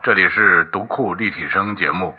这里是读库立体声节目。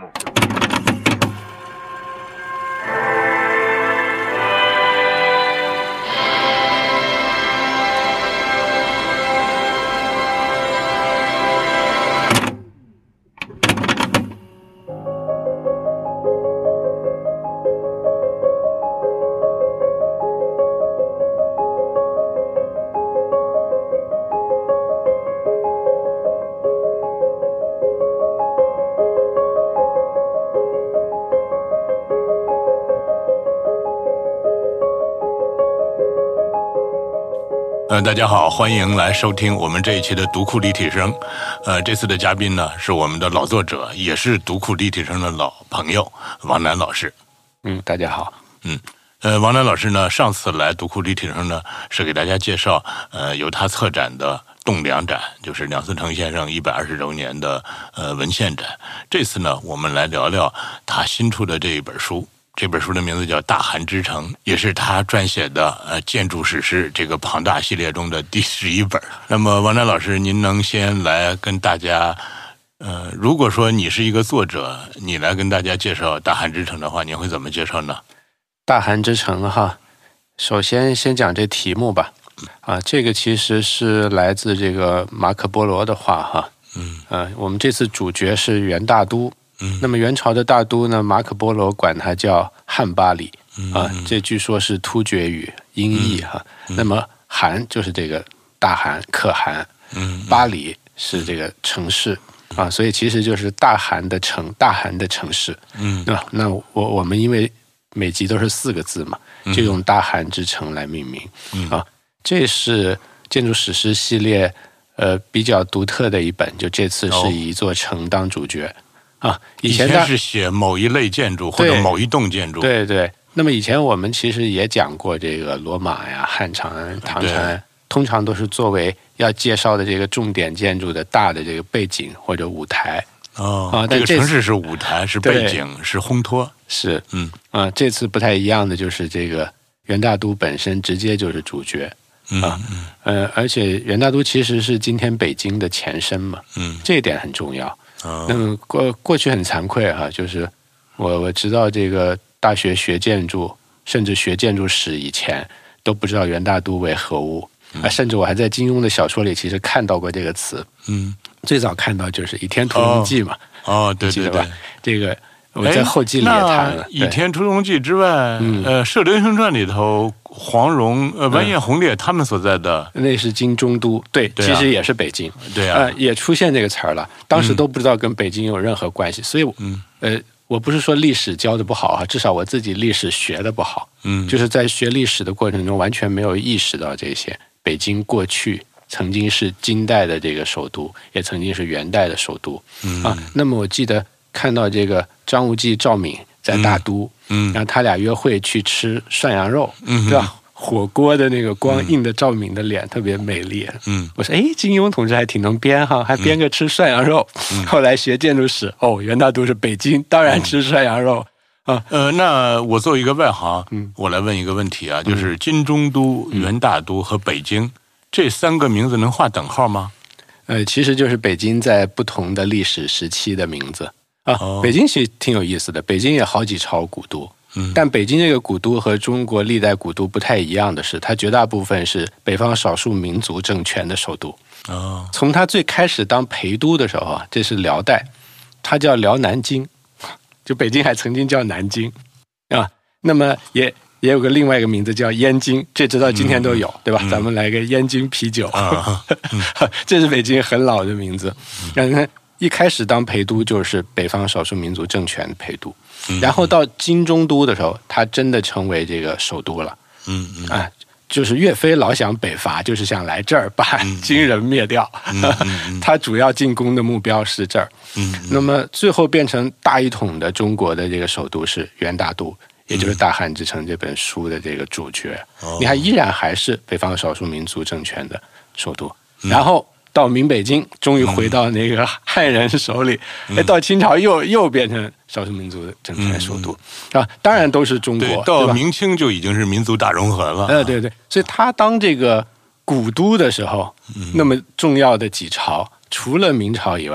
大家好，欢迎来收听我们这一期的读库立体声。这次的嘉宾呢是我们的老作者，也是读库立体声的老朋友王楠老师。 大家好。 王楠老师呢，上次来读库立体声呢，是给大家介绍由他策展的栋梁展，就是梁思成先生120周年的文献展。这次呢，我们来聊聊他新出的这一本书。这本书的名字叫《大韩之城》，也是他撰写的建筑史诗这个庞大系列中的第11本。那么王楠老师，您能先来跟大家如果说你是一个作者，你来跟大家介绍《大韩之城》的话，您会怎么介绍呢？ 大韩之城哈，首先讲这题目吧。这个其实是来自这个马可波罗的话哈。我们这次主角是元大都。那么元朝的大都呢，马可波罗管它叫汉巴里这据说是突厥语音译哈。那么韩就是这个大韩可汗，巴里是这个城市所以其实就是大韩的城，大韩的城市。那我们因为每集都是4个字嘛，就用大韩之城来命名这是建筑史诗系列比较独特的一本，就这次是以一座城当主角。以前是写某一类建筑或者某一栋建筑。 对。那么以前我们其实也讲过这个罗马呀、汉长安、唐长安，通常都是作为要介绍的这个重点建筑的大的这个背景或者舞台。 这个城市是舞台，是背景，是烘托。 是。这次不太一样的就是这个元大都本身直接就是主角。而且元大都其实是今天北京的前身嘛。这一点很重要。那么过去很惭愧就是我知道这个大学学建筑，甚至学建筑史以前都不知道元大都为何物甚至我还在金庸的小说里其实看到过这个词。最早看到就是《倚天屠龙记》嘛。 对记得吧？这个我在后记里也谈了。 倚天屠龙记之外，射雕英雄传里头黄蓉、完颜洪烈他们所在的那是金中都，对，其实也是北京。也出现这个词儿了，当时都不知道跟北京有任何关系。所以我不是说历史教的不好至少我自己历史学的不好。就是在学历史的过程中完全没有意识到这些。北京过去曾经是金代的这个首都，也曾经是元代的首都。那么我记得看到这个张无忌、赵敏在大都，然后他俩约会去吃涮羊肉，对吧？火锅的那个光映着赵敏的脸，特别美丽。我说金庸同志还挺能编还编个吃涮羊肉。后来学建筑史，元大都是北京，当然吃涮羊肉。 那我作为一个外行，我来问一个问题就是金中都、元大都和北京这3个名字能划等号吗？ 其实就是北京在不同的历史时期的名字北京其实挺有意思的，北京也好几朝古都。但北京这个古都和中国历代古都不太一样的是，它绝大部分是北方少数民族政权的首都。从它最开始当陪都的时候这是辽代，它叫辽南京，就北京还曾经叫南京那么也有个另外一个名字叫燕京，这直到今天都有，对吧？咱们来个燕京啤酒这是北京很老的名字。一开始当陪都就是北方少数民族政权的陪都，然后到金中都的时候，它真的成为这个首都了。就是岳飞老想北伐，就是想来这儿把金人灭掉。他主要进攻的目标是这儿。那么最后变成大一统的中国的这个首都是元大都，也就是《大汉之城》这本书的这个主角。你看，依然还是北方少数民族政权的首都。然后到明北京，终于回到那个汉人手里。到清朝又变成少数民族的政权首都当然都是中国。 到明清就已经是民族大融合了。 对，所以他当这个古都的时候，那么重要的几朝，除了明朝以外，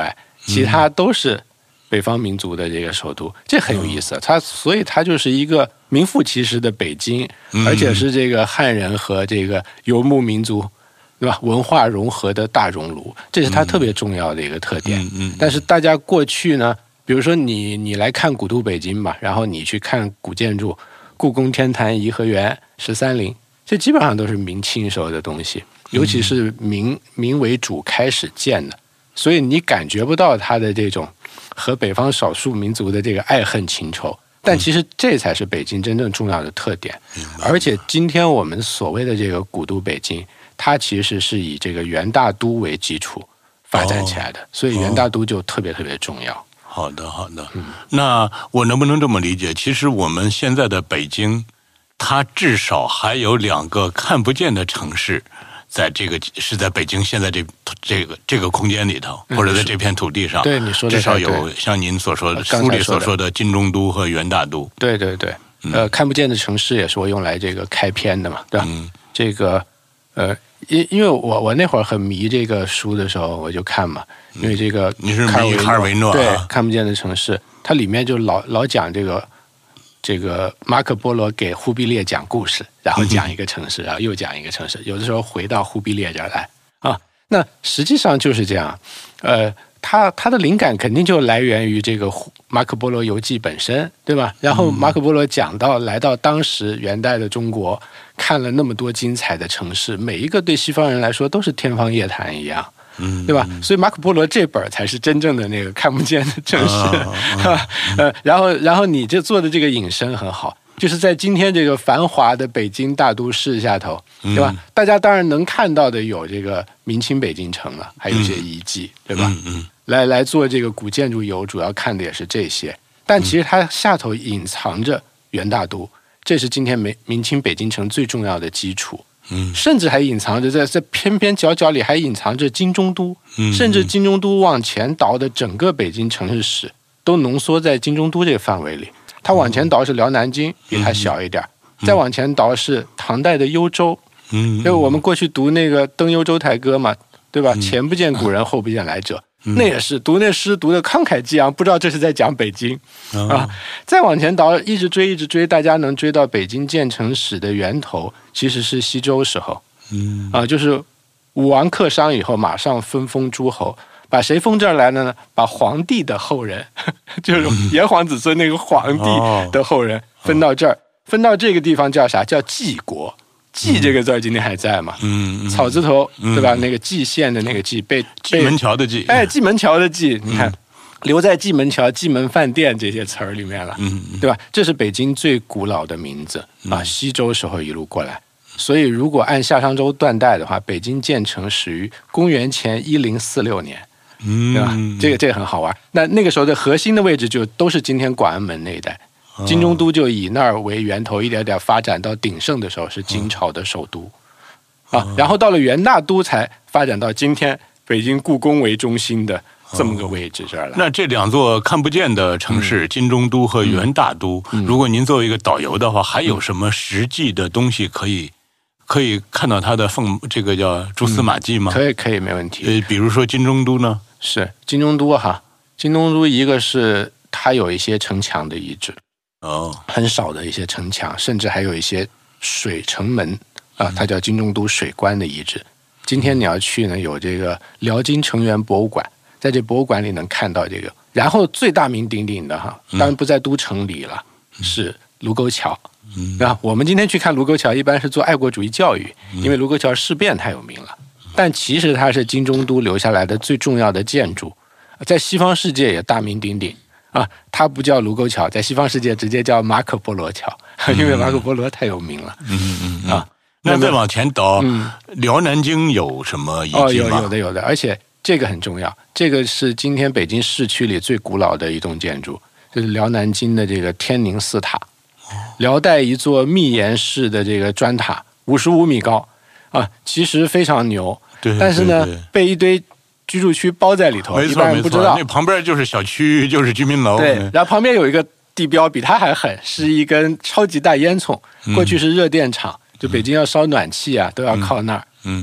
其他都是北方民族的这个首都，这很有意思。所以它就是一个名副其实的北京，而且是这个汉人和这个游牧民族，对吧？文化融合的大熔炉，这是它特别重要的一个特点。但是大家过去呢，比如说你来看古都北京嘛，然后你去看古建筑，故宫、天坛、颐和园、13陵，这基本上都是明清时候的东西，尤其是明为主开始建的，所以你感觉不到它的这种和北方少数民族的这个爱恨情仇。但其实这才是北京真正重要的特点。而且今天我们所谓的这个古都北京，它其实是以这个元大都为基础发展起来的，所以元大都就特别特别重要。 好的，那我能不能这么理解？其实我们现在的北京，它至少还有2个看不见的城市，是在北京现在这个空间里头，或者在这片土地上。 对，你说的至少有像您所说的书里所说的金中都和元大都。 对，看不见的城市也是我用来这个开篇的嘛，对吧？这个因为我那会儿很迷这个书的时候，我就看嘛，因为这个你是迷卡尔维诺， 对，看不见的城市，它里面就老讲这个马可波罗给忽必烈讲故事，然后讲一个城市，然后又讲一个城市，有的时候回到忽必烈这儿来啊。那实际上就是这样，他的灵感肯定就来源于这个马可波罗游记本身，对吧？然后马可波罗讲到来到当时元代的中国，看了那么多精彩的城市，每一个对西方人来说都是天方夜谭一样。对吧？所以马可波罗这本才是真正的那个看不见的城市，然后你这做的这个引申很好，就是在今天这个繁华的北京大都市下头，对吧？大家当然能看到的有这个明清北京城了，还有一些遗迹，对吧？来做这个古建筑游，主要看的也是这些，但其实它下头隐藏着元大都，这是今天明清北京城最重要的基础。甚至还隐藏着在偏偏角角里还隐藏着金中都，甚至金中都往前倒的整个北京城市史都浓缩在金中都这个范围里。它往前倒是辽南京，比它小一点，再往前倒是唐代的幽州。因为我们过去读那个《登幽州台歌》嘛，对吧？前不见古人，后不见来者。那也是读那诗读的慷慨激昂，不知道这是在讲北京啊。再往前倒，一直追，大家能追到北京建城史的源头，其实是西周时候。就是武王克商以后，马上分封诸侯，把谁封这儿来了呢？把皇帝的后人，就是炎黄子孙那个皇帝的后人分到这儿，分到这个地方叫啥？叫蓟国。蓟这个字今天还在嘛？草字头，对吧？那个蓟县的那个蓟被蓟门桥的蓟， 蓟门桥的蓟，你看留在蓟门桥、蓟门饭店这些词儿里面了，对吧？这是北京最古老的名字啊，西周时候一路过来。所以如果按夏商周断代的话，北京建成始于公元前1046年，对吧？这个很好玩。那个时候的核心的位置就都是今天广安门那一带。金中都就以那儿为源头，一点点发展到鼎盛的时候是金朝的首都然后到了元大都才发展到今天北京故宫为中心的这么个位置这儿来。 那这2座看不见的城市，金中都和元大都，如果您作为一个导游的话，还有什么实际的东西可以看到它的这个叫蛛丝马迹吗？ 可以，没问题。 比如说金中都呢？ 是金中都金中都一个是它有一些城墙的遗址。很少的一些城墙，甚至还有一些水城门它叫金中都水关的遗址。今天你要去呢，有这个辽金城垣博物馆，在这博物馆里能看到这个。然后最大名鼎鼎的当然不在都城里了，是卢沟桥。我们今天去看卢沟桥，一般是做爱国主义教育，因为卢沟桥事变太有名了。但其实它是金中都留下来的最重要的建筑，在西方世界也大名鼎鼎。它不叫卢沟桥，在西方世界直接叫马可波罗桥，因为马可波罗太有名了。 那再往前倒，辽南京有什么遗迹吗？ 有的，而且这个很重要，这个是今天北京市区里最古老的一栋建筑，就是辽南京的这个天宁寺塔，辽代一座密檐式的这个砖塔，55米高其实非常牛。但是呢，被一堆居住区包在里头，一般人不知道。 那旁边就是小区，就是居民楼。 对，然后旁边有一个地标比它还狠，是一根超级大烟囱。过去是热电厂，就北京要烧暖气都要靠那儿。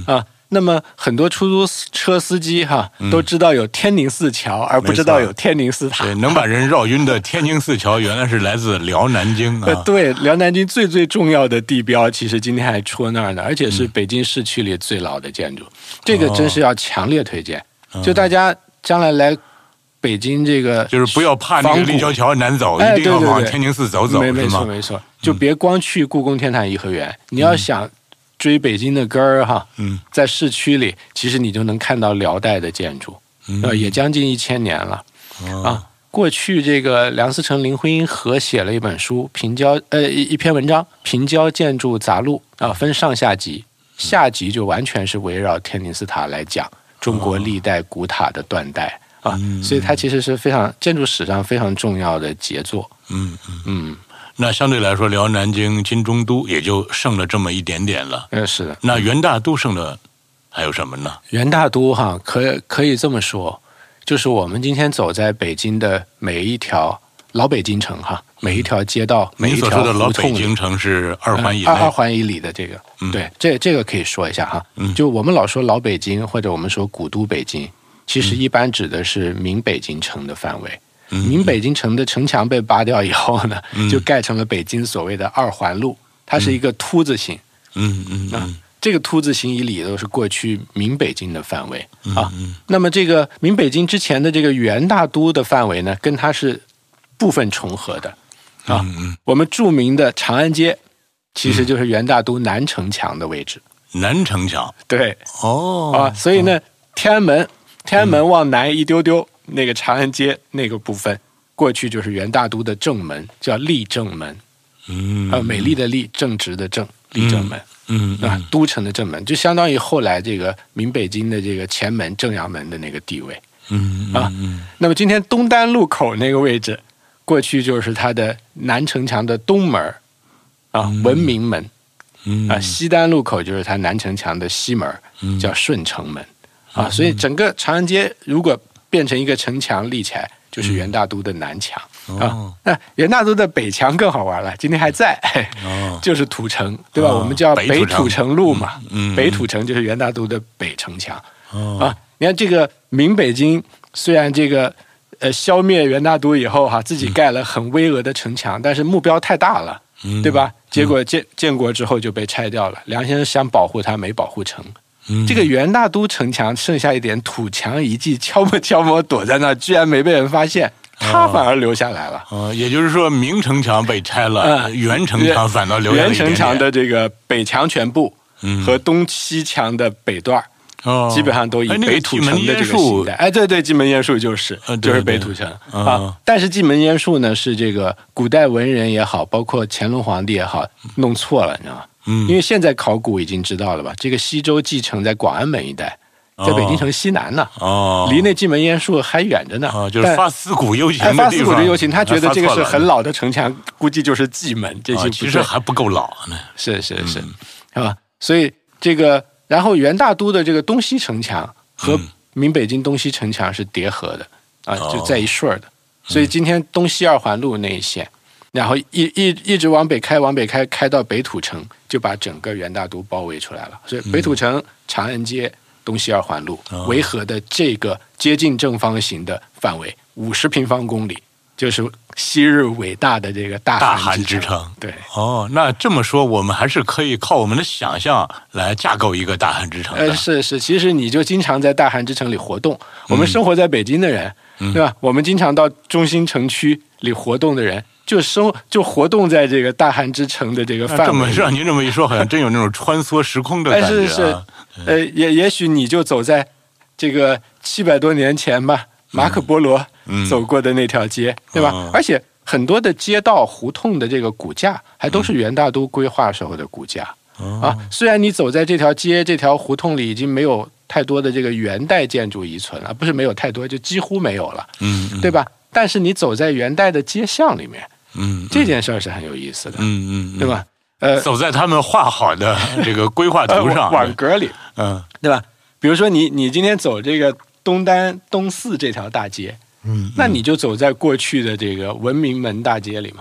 那么很多出租车司机都知道有天宁寺桥，而不知道有天宁寺塔。 对，能把人绕晕的天宁寺桥原来是来自辽南京啊。 对，辽南京最重要的地标，其实今天还戳那儿呢，而且是北京市区里最老的建筑。这个真是要强烈推荐。就大家将来来北京这个， 就是不要怕那个立交桥难走，一定要往天宁寺走走， 没错没错，就别光去故宫、天坛、颐和园，你要想追北京的根儿在市区里，其实你就能看到辽代的建筑，也将近1000年了啊。过去这个梁思成、林徽因合写了一本书，一篇文章《平交建筑杂录》啊，分上下集，下集就完全是围绕天宁寺塔来讲中国历代古塔的断代啊，所以它其实是非常建筑史上非常重要的杰作。 那相对来说，辽南京、金中都也就剩了这么一点点了。 是的。 那元大都剩的还有什么呢？ 元大都可以这么说，就是我们今天走在北京的每一条老北京城每一条街道，每一条胡同里。 您所说的老北京城是2环以内 ，2环以里的这个，对，这个可以说一下就我们老说老北京，或者我们说古都北京，其实一般指的是明北京城的范围。明北京城的城墙被扒掉以后呢，就盖成了北京所谓的2环路，它是一个凸字形。这个凸字形以里都是过去明北京的范围啊。那么这个明北京之前的这个元大都的范围呢，跟它是部分重合的啊。我们著名的长安街，其实就是元大都南城墙的位置。 南城墙， 对，所以呢，天安门往南一丢丢，那个长安街那个部分，过去就是元大都的正门，叫立正门。美丽的丽，正直的正，立正门。都城的正门，就相当于后来这个明北京的这个前门正阳门的那个地位。那么今天东单路口那个位置，过去就是它的南城墙的东门文明门。西单路口就是它南城墙的西门，叫顺城门。所以整个长安街如果变成一个城墙立起来，就是元大都的南墙。那元大都的北墙更好玩了，今天还在，就是土城，对吧？我们叫北土城路嘛。北土城就是元大都的北城墙。你看这个明北京，虽然这个消灭元大都以后自己盖了很巍峨的城墙，但是目标太大了，对吧？结果建国之后就被拆掉了。梁先生想保护它，没保护成。这个元大都城墙剩下一点土墙遗迹，悄摸躲在那，居然没被人发现，它反而留下来了。 也就是说，明城墙被拆了，元城墙反倒留下了一点点。 元城墙的这个北墙全部和东西墙的北段，基本上都以北土城的这个形态。对，蓟门烟树就是北土城但是蓟门烟树呢，是这个古代文人也好，包括乾隆皇帝也好，弄错了，你知道吗？因为现在考古已经知道了吧，这个西周继承在广安门一带，在北京城西南呢，离那蓟门烟树还远着呢。 就是发思古幽情的地方。 发思古的幽情，他觉得这个是很老的城墙，估计就是蓟门。这些其实还不够老呢。 是，是吧？所以这个，然后元大都的这个东西城墙和明北京东西城墙是叠合的就在一顺的。所以今天东西2环路那一线，然后一直往北开，开到北土城，就把整个元大都包围出来了。所以北土城、长安街、东西2环路围合的这个接近正方形的范围50平方公里，就是昔日伟大的这个大汉之城。对， 那这么说，我们还是可以靠我们的想象来架构一个大汉之城的。 是，其实你就经常在大汉之城里活动。我们生活在北京的人，对吧？我们经常到中心城区里活动的人，就活动在这个大汉之城的这个范围。 让您这么一说，好像真有那种穿梭时空的感觉。 是，也许你就走在这个700多年前吧，马可波罗走过的那条街，对吧？而且很多的街道胡同的这个骨架，还都是元大都规划时候的骨架虽然你走在这条街、这条胡同里，已经没有太多的这个元代建筑遗存了，不是没有太多，就几乎没有了，对吧？但是你走在元代的街巷里面，这件事儿是很有意思的，对吧？ 走在他们画好的这个规划图上， 网格里，对吧？比如说你今天走这个东单东四这条大街，那你就走在过去的这个文明门大街里嘛，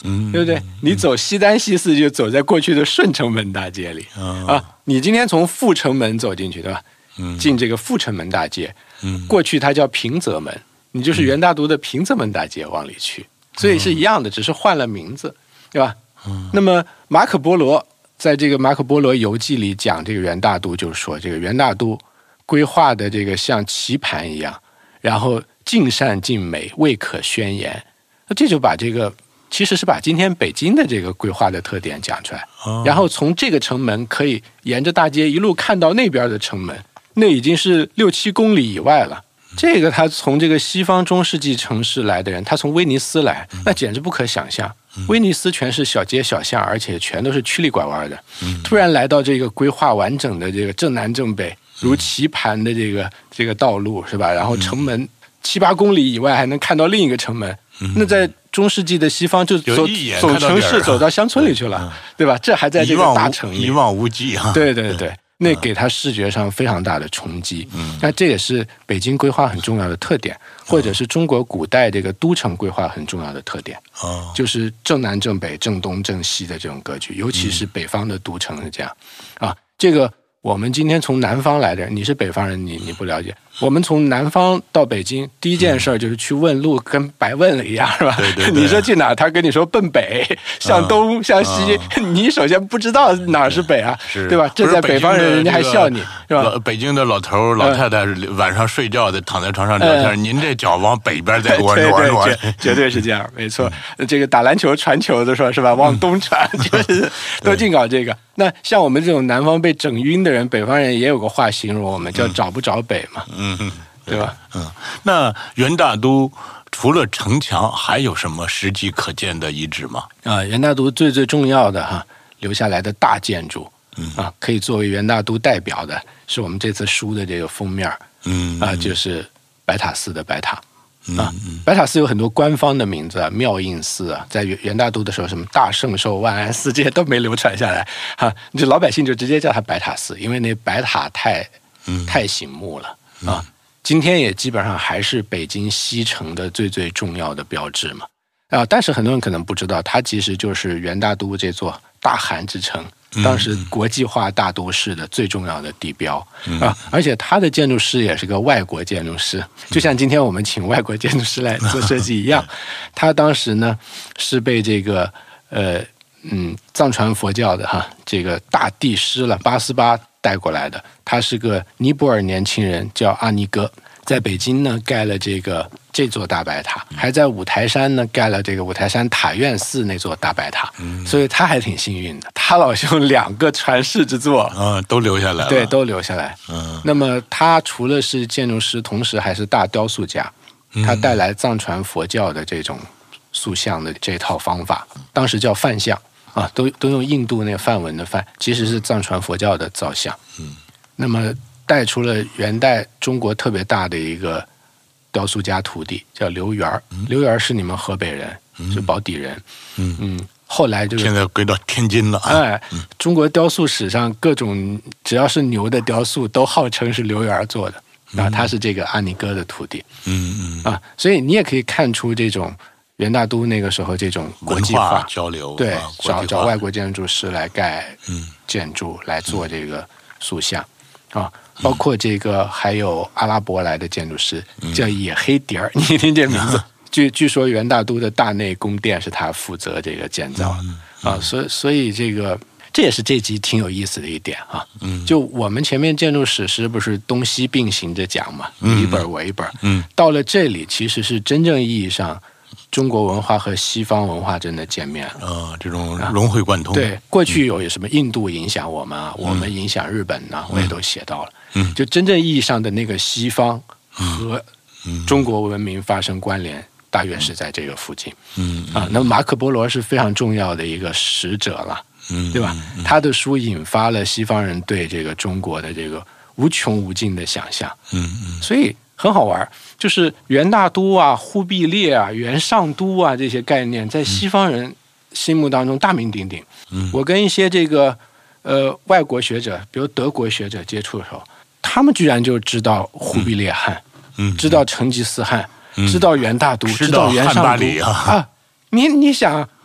对不对？你走西单西四就走在过去的顺城门大街里你今天从阜成门走进去，对吧？进这个阜成门大街，过去它叫平泽门，你就是元大都的平泽门大街往里去，所以是一样的，只是换了名字，对吧？那么马可波罗在这个《马可波罗游记》里讲这个元大都，就是说这个元大都规划的这个像棋盘一样，然后尽善尽美，未可宣言。那这就把这个其实是把今天北京的这个规划的特点讲出来，然后从这个城门可以沿着大街一路看到那边的城门，那已经是6-7公里以外了。这个他从这个西方中世纪城市来的人，他从威尼斯来，那简直不可想象。威尼斯全是小街小巷，而且全都是曲里拐弯的。突然来到这个规划完整的这个正南正北如棋盘的这个道路，是吧？然后城门7-8公里以外还能看到另一个城门。那在中世纪的西方就走城市走到乡村里去了，对吧？这还在这个大城里一望无际啊！ 对，那给他视觉上非常大的冲击。那这也是北京规划很重要的特点，或者是中国古代这个都城规划很重要的特点。就是正南正北、正东正西的这种格局，尤其是北方的都城是这样这个我们今天从南方来的人，你是北方人，你不了解。我们从南方到北京，第一件事就是去问路，跟白问了一样，是吧？ 对你说去哪儿，他跟你说奔北，向东，向西，你首先不知道哪儿是北啊，对吧？这在北方人，人家还笑你，是吧？ 北京的老头老太太晚上睡觉的躺在床上聊天，您这脚往北边再给我挪， 绝对是这样，没错。这个打篮球传球的时候是吧？往东传，就是都净搞这个。那像我们这种南方被整晕的人，北方人也有个话形容我们，叫找不着北嘛。对吧？ 那元大都除了城墙，还有什么实际可见的遗址吗？ 元大都最重要的留下来的大建筑可以作为元大都代表的，是我们这次书的这个封面就是白塔寺的白塔白塔寺有很多官方的名字妙应寺在元大都的时候，什么大圣寿、万安寺这些都没流传下来这老百姓就直接叫它白塔寺，因为那白塔太醒目了今天也基本上还是北京西城的最重要的标志嘛但是很多人可能不知道，它其实就是元大都这座大韩之城当时国际化大都市的最重要的地标而且它的建筑师也是个外国建筑师，就像今天我们请外国建筑师来做设计一样他当时呢是被这个藏传佛教的这个大帝师了八思巴带过来的，他是个尼泊尔年轻人，叫阿尼哥，在北京呢盖了这座大白塔，还在五台山呢盖了这个五台山塔院寺那座大白塔所以他还挺幸运的，他老兄2个传世之作都留下来了， 对，都留下来那么他除了是建筑师，同时还是大雕塑家他带来藏传佛教的这种塑像的这套方法，当时叫梵像都用印度那个梵文的梵，其实是藏传佛教的造像那么带出了元代中国特别大的一个雕塑家徒弟，叫刘源刘源是你们河北人是宝坻人后来就现在归到天津了中国雕塑史上各种只要是牛的雕塑都号称是刘源做的他是这个阿尼哥的徒弟所以你也可以看出这种元大都那个时候这种国际化交流， 对，找外国建筑师来盖建筑来做这个塑像包括这个还有阿拉伯来的建筑师叫野黑蝶儿，你听这名字据说元大都的大内宫殿是他负责这个建造所以这也是这集挺有意思的一点就我们前面建筑史诗不是东西并行着讲嘛，你一本我一本到了这里其实是真正意义上中国文化和西方文化真的见面了这种融会贯通对，过去有什么印度影响我们我们影响日本我也都写到了就真正意义上的那个西方和中国文明发生关联大约是在这个附近那么马可波罗是非常重要的一个使者了对吧他的书引发了西方人对这个中国的这个无穷无尽的想象所以很好玩，就是元大都忽必烈元上都这些概念在西方人心目当中大名鼎鼎我跟一些这个外国学者比如德国学者接触的时候，他们居然就知道忽必烈汗知道成吉思汗知道元大都知道元上都你想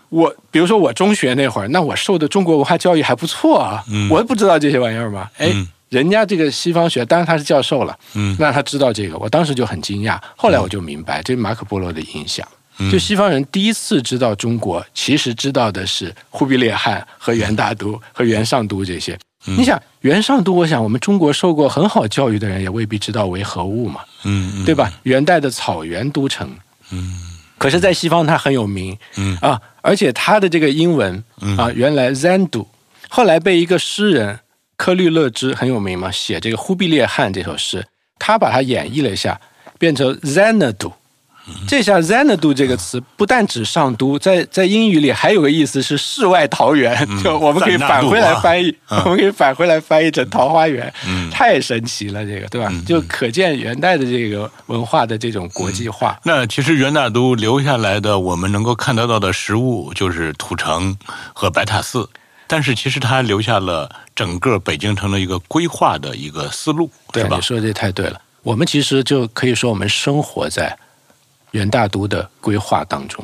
比如说我中学那会儿，那我受的中国文化教育还不错啊，我不知道这些玩意儿吗？哎，人家这个西方学，当然他是教授了，那他知道这个，我当时就很惊讶。后来我就明白，这是马可波罗的影响。就西方人第一次知道中国，其实知道的是忽必烈汗和元大都和元上都这些。你想元上都，我想我们中国受过很好教育的人也未必知道为何物嘛，对吧？元代的草原都城，可是在西方它很有名，而且它的这个英文原来 Zandu， 后来被一个诗人科律勒支很有名嘛，写这个忽必烈汗这首诗，他把它演绎了一下，变成 Xanadu。这下 Xanadu 这个词不但指上都，在英语里还有个意思是世外桃源，就我们可以返回来翻译，我们可以返回来翻译成桃花源，太神奇了，这个对吧？就可见元代的这个文化的这种国际化。 那其实元大都留下来的我们能够看得到的实物就是土城和白塔寺，但是其实它留下了整个北京城的一个规划的一个思路， 对， 是吧？ 你说的这太对了。我们其实就可以说我们生活在元大都的规划当中，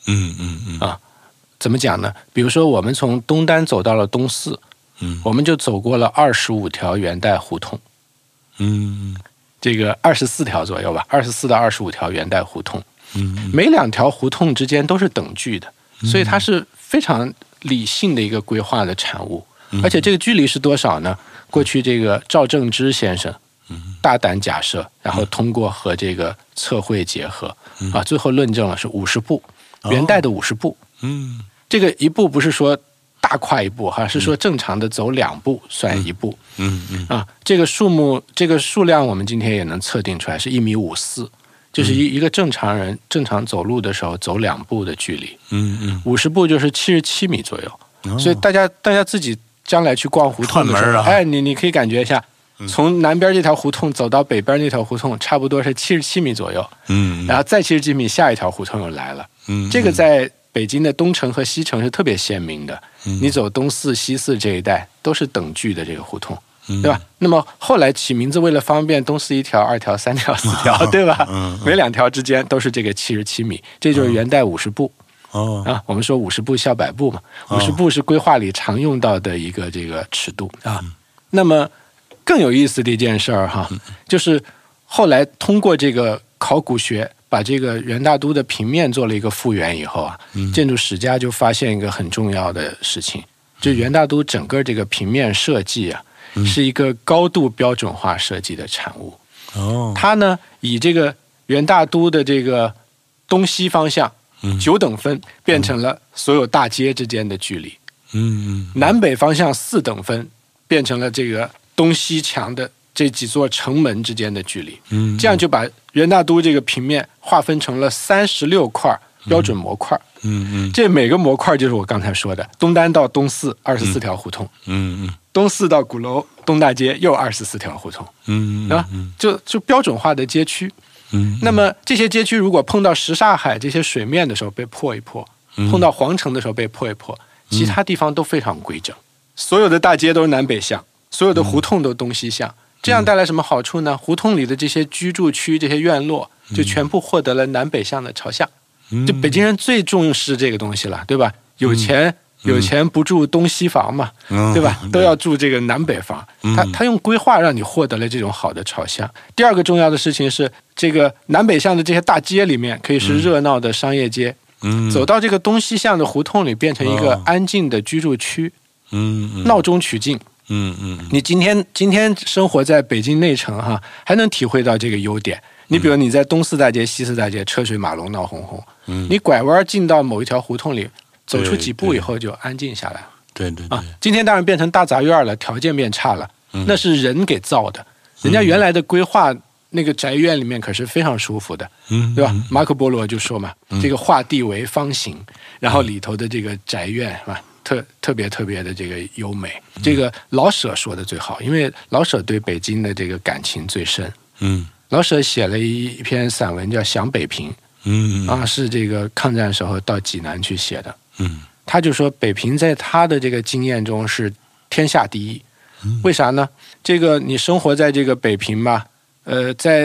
怎么讲呢？比如说，我们从东单走到了东四，我们就走过了25条元代胡同，这个24条左右吧，24到25条元代胡同，每2条胡同之间都是等距的，所以它是非常理性的一个规划的产物。而且这个距离是多少呢？过去这个赵正之先生大胆假设，然后通过和这个测绘结合，最后论证了是50步，元代的50步。这个一步不是说大跨一步哈，是说正常的走2步算1步。这个数量我们今天也能测定出来，是1.54米，就是一个正常人正常走路的时候走2步的距离。50步就是77米左右。所以大家自己将来去逛胡同的时候，哎，你可以感觉一下。从南边这条胡同走到北边那条胡同，差不多是77米左右。然后再77米，下一条胡同又来了。这个在北京的东城和西城是特别鲜明的。你走东四、西四这一带都是等距的这个胡同，对吧？那么后来起名字为了方便，东四1条、2条、3条、4条，对吧？每2条之间都是这个77米，这就是元代50步。我们说50步笑100步嘛，50步是规划里常用到的一个这个尺度啊。那么更有意思的一件事儿哈，就是后来通过这个考古学，把这个元大都的平面做了一个复原以后啊，建筑史家就发现一个很重要的事情，就元大都整个这个平面设计啊，是一个高度标准化设计的产物。它呢以这个元大都的这个东西方向9等分变成了所有大街之间的距离，南北方向4等分变成了这个东西墙的这几座城门之间的距离，这样就把元大都这个平面划分成了36块标准模块。这每个模块就是我刚才说的，东单到东四24条胡同，东四到鼓楼东大街又24条胡同，就标准化的街区。那么这些街区如果碰到什刹海这些水面的时候被破一破，碰到皇城的时候被破一破，其他地方都非常规整，所有的大街都是南北向，所有的胡同都东西向。这样带来什么好处呢？胡同里的这些居住区、这些院落就全部获得了南北向的朝向。就北京人最重视这个东西了，对吧？有钱不住东西房嘛，对吧？都要住这个南北房。他用规划让你获得了这种好的朝向。第二个重要的事情是，这个南北向的这些大街里面可以是热闹的商业街，走到这个东西向的胡同里变成一个安静的居住区，闹中取静。你今天生活在北京内城哈，还能体会到这个优点。你比如你在东四大街、西四大街车水马龙闹哄哄，你拐弯进到某一条胡同里，走出几步以后就安静下来了。 对， 今天当然变成大杂院了，条件变差了，那是人给造的。人家原来的规划那个宅院里面可是非常舒服的，对吧？马可波罗就说嘛，这个画地为方形，然后里头的这个宅院是吧？特别的这个优美。这个老舍说的最好，因为老舍对北京的这个感情最深。老舍写了一篇散文叫《想北平》，是这个抗战时候到济南去写的。他就说北平在他的这个经验中是天下第一。为啥呢？这个你生活在这个北平吧，在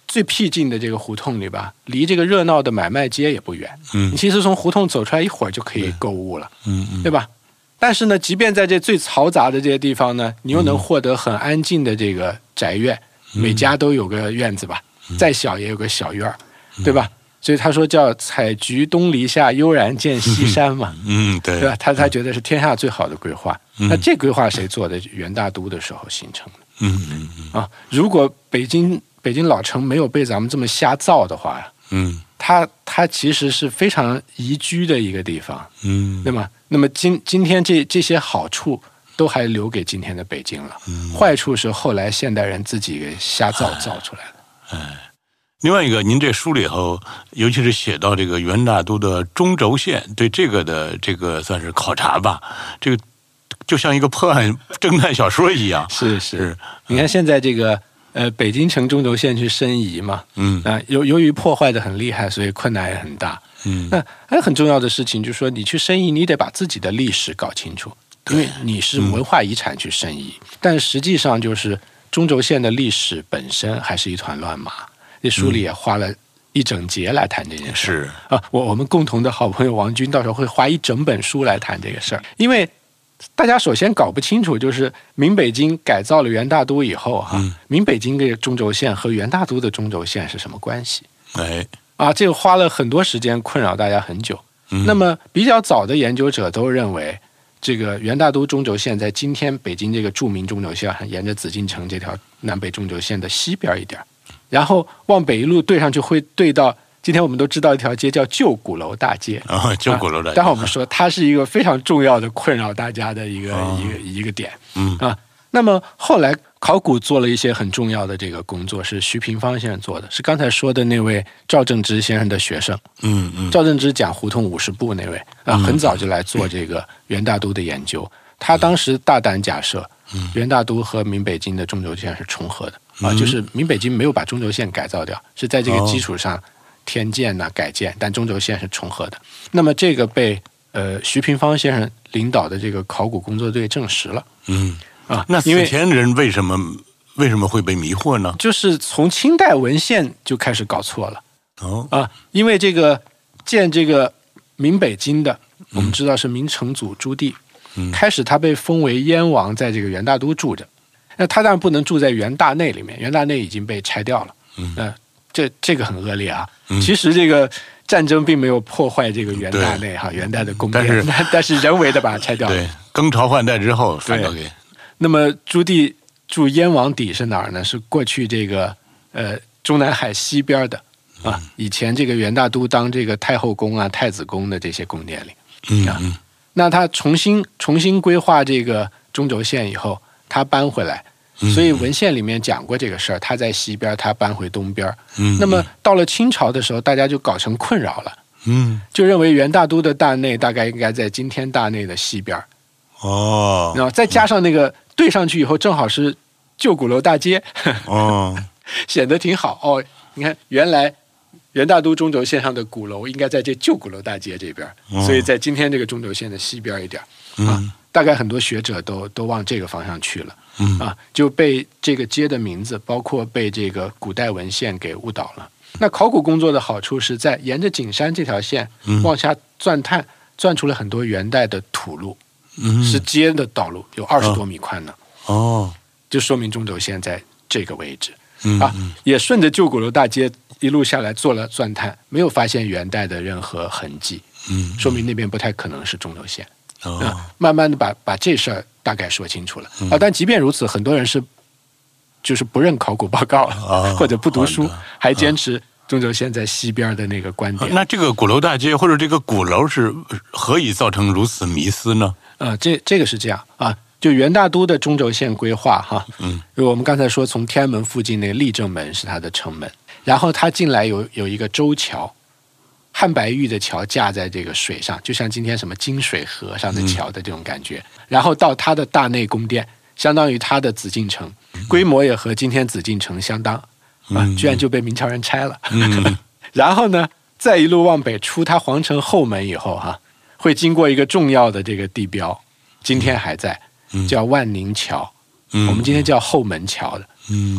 最僻静的这个胡同里吧，离这个热闹的买卖街也不远。你其实从胡同走出来一会儿就可以购物了，对吧？但是呢，即便在这最嘈杂的这些地方呢，你又能获得很安静的这个宅院，每家都有个院子吧，再小也有个小院儿，对吧？所以他说叫采菊东篱下，悠然见西山嘛， 对吧？他觉得是天下最好的规划。那这规划谁做的？元大都的时候形成的。如果北京老城没有被咱们这么瞎造的话它其实是非常宜居的一个地方，对吗？那么今天这些好处都还留给今天的北京了，坏处是后来现代人自己给瞎造出来的。 另外一个，您这书里头，尤其是写到这个元大都的中轴线，对这个的这个算是考察吧，这个就像一个破案侦探小说一样。 是，你看现在这个北京城中轴线去申遗嘛，由于破坏的很厉害，所以困难也很大。那还有很重要的事情，就是说你去申遗，你得把自己的历史搞清楚，因为你是文化遗产去申遗，但实际上就是中轴线的历史本身还是一团乱麻。这书里也花了一整节来谈这件事。我们共同的好朋友王军到时候会花一整本书来谈这个事儿，因为大家首先搞不清楚，就是明北京改造了元大都以后明北京的中轴线和元大都的中轴线是什么关系？这个花了很多时间困扰大家很久。那么比较早的研究者都认为，这个元大都中轴线在今天北京这个著名中轴线沿着紫禁城这条南北中轴线的西边一点，然后往北一路对上去会对到今天我们都知道一条街叫旧鼓楼大街。 旧鼓楼大街。 待会儿我们说它是一个非常重要的困扰大家的一个点。那么后来考古做了一些很重要的这个工作，是徐平方先生做的，是刚才说的那位赵正之先生的学生。赵正之讲胡同50步那位很早就来做这个元大都的研究。他当时大胆假设，元大都和明北京的中轴线是重合的就是明北京没有把中轴线改造掉，是在这个基础上添建改建，但中轴线是重合的。那么这个被徐平方先生领导的这个考古工作队证实了。 那此前人为什么会被迷惑呢？ 就是从清代文献就开始搞错了。因为这个建这个明北京的，我们知道是明成祖朱棣。开始他被封为燕王，在这个元大都住着。那他当然不能住在元大内里面，元大内已经被拆掉了。这个很恶劣啊。其实这个战争并没有破坏这个元大内元代的宫殿，但是人为的把它拆掉了。 对，更朝换代之后反倒给。 那么朱棣住燕王邸是哪儿呢？是过去这个中南海西边的以前这个元大都当这个太后宫太子宫的这些宫殿里。那他重新规划这个中轴线以后，他搬回来，所以文献里面讲过这个事儿。他在西边，他搬回东边。那么到了清朝的时候，大家就搞成困扰了。就认为元大都的大内大概应该在今天大内的西边。然后再加上那个对上去以后，正好是旧鼓楼大街。显得挺好。你看，原来元大都中轴线上的鼓楼应该在这旧鼓楼大街这边，所以在今天这个中轴线的西边一点。大概很多学者都往这个方向去了。就被这个街的名字，包括被这个古代文献给误导了。那考古工作的好处是在沿着景山这条线往下钻探，钻出了很多元代的土路。是街的道路，有20多米宽呢。就说明中轴线在这个位置。也顺着旧鼓楼大街一路下来做了钻探，没有发现元代的任何痕迹。说明那边不太可能是中轴线。慢慢的把这事儿大概说清楚了。但即便如此，很多人就是不认考古报告或者不读书，还坚持中轴线在西边的那个观点。 那这个鼓楼大街或者这个鼓楼是何以造成如此迷思呢？ 这个是这样就元大都的中轴线规划我们刚才说从天安门附近那个立正门是它的城门，然后它进来有一个周桥，汉白玉的桥架在这个水上，就像今天什么金水河上的桥的这种感觉。然后到它的大内宫殿，相当于它的紫禁城，规模也和今天紫禁城相当居然就被明朝人拆了。然后呢，再一路往北出它皇城后门以后会经过一个重要的这个地标，今天还在，叫万宁桥。我们今天叫后门桥的。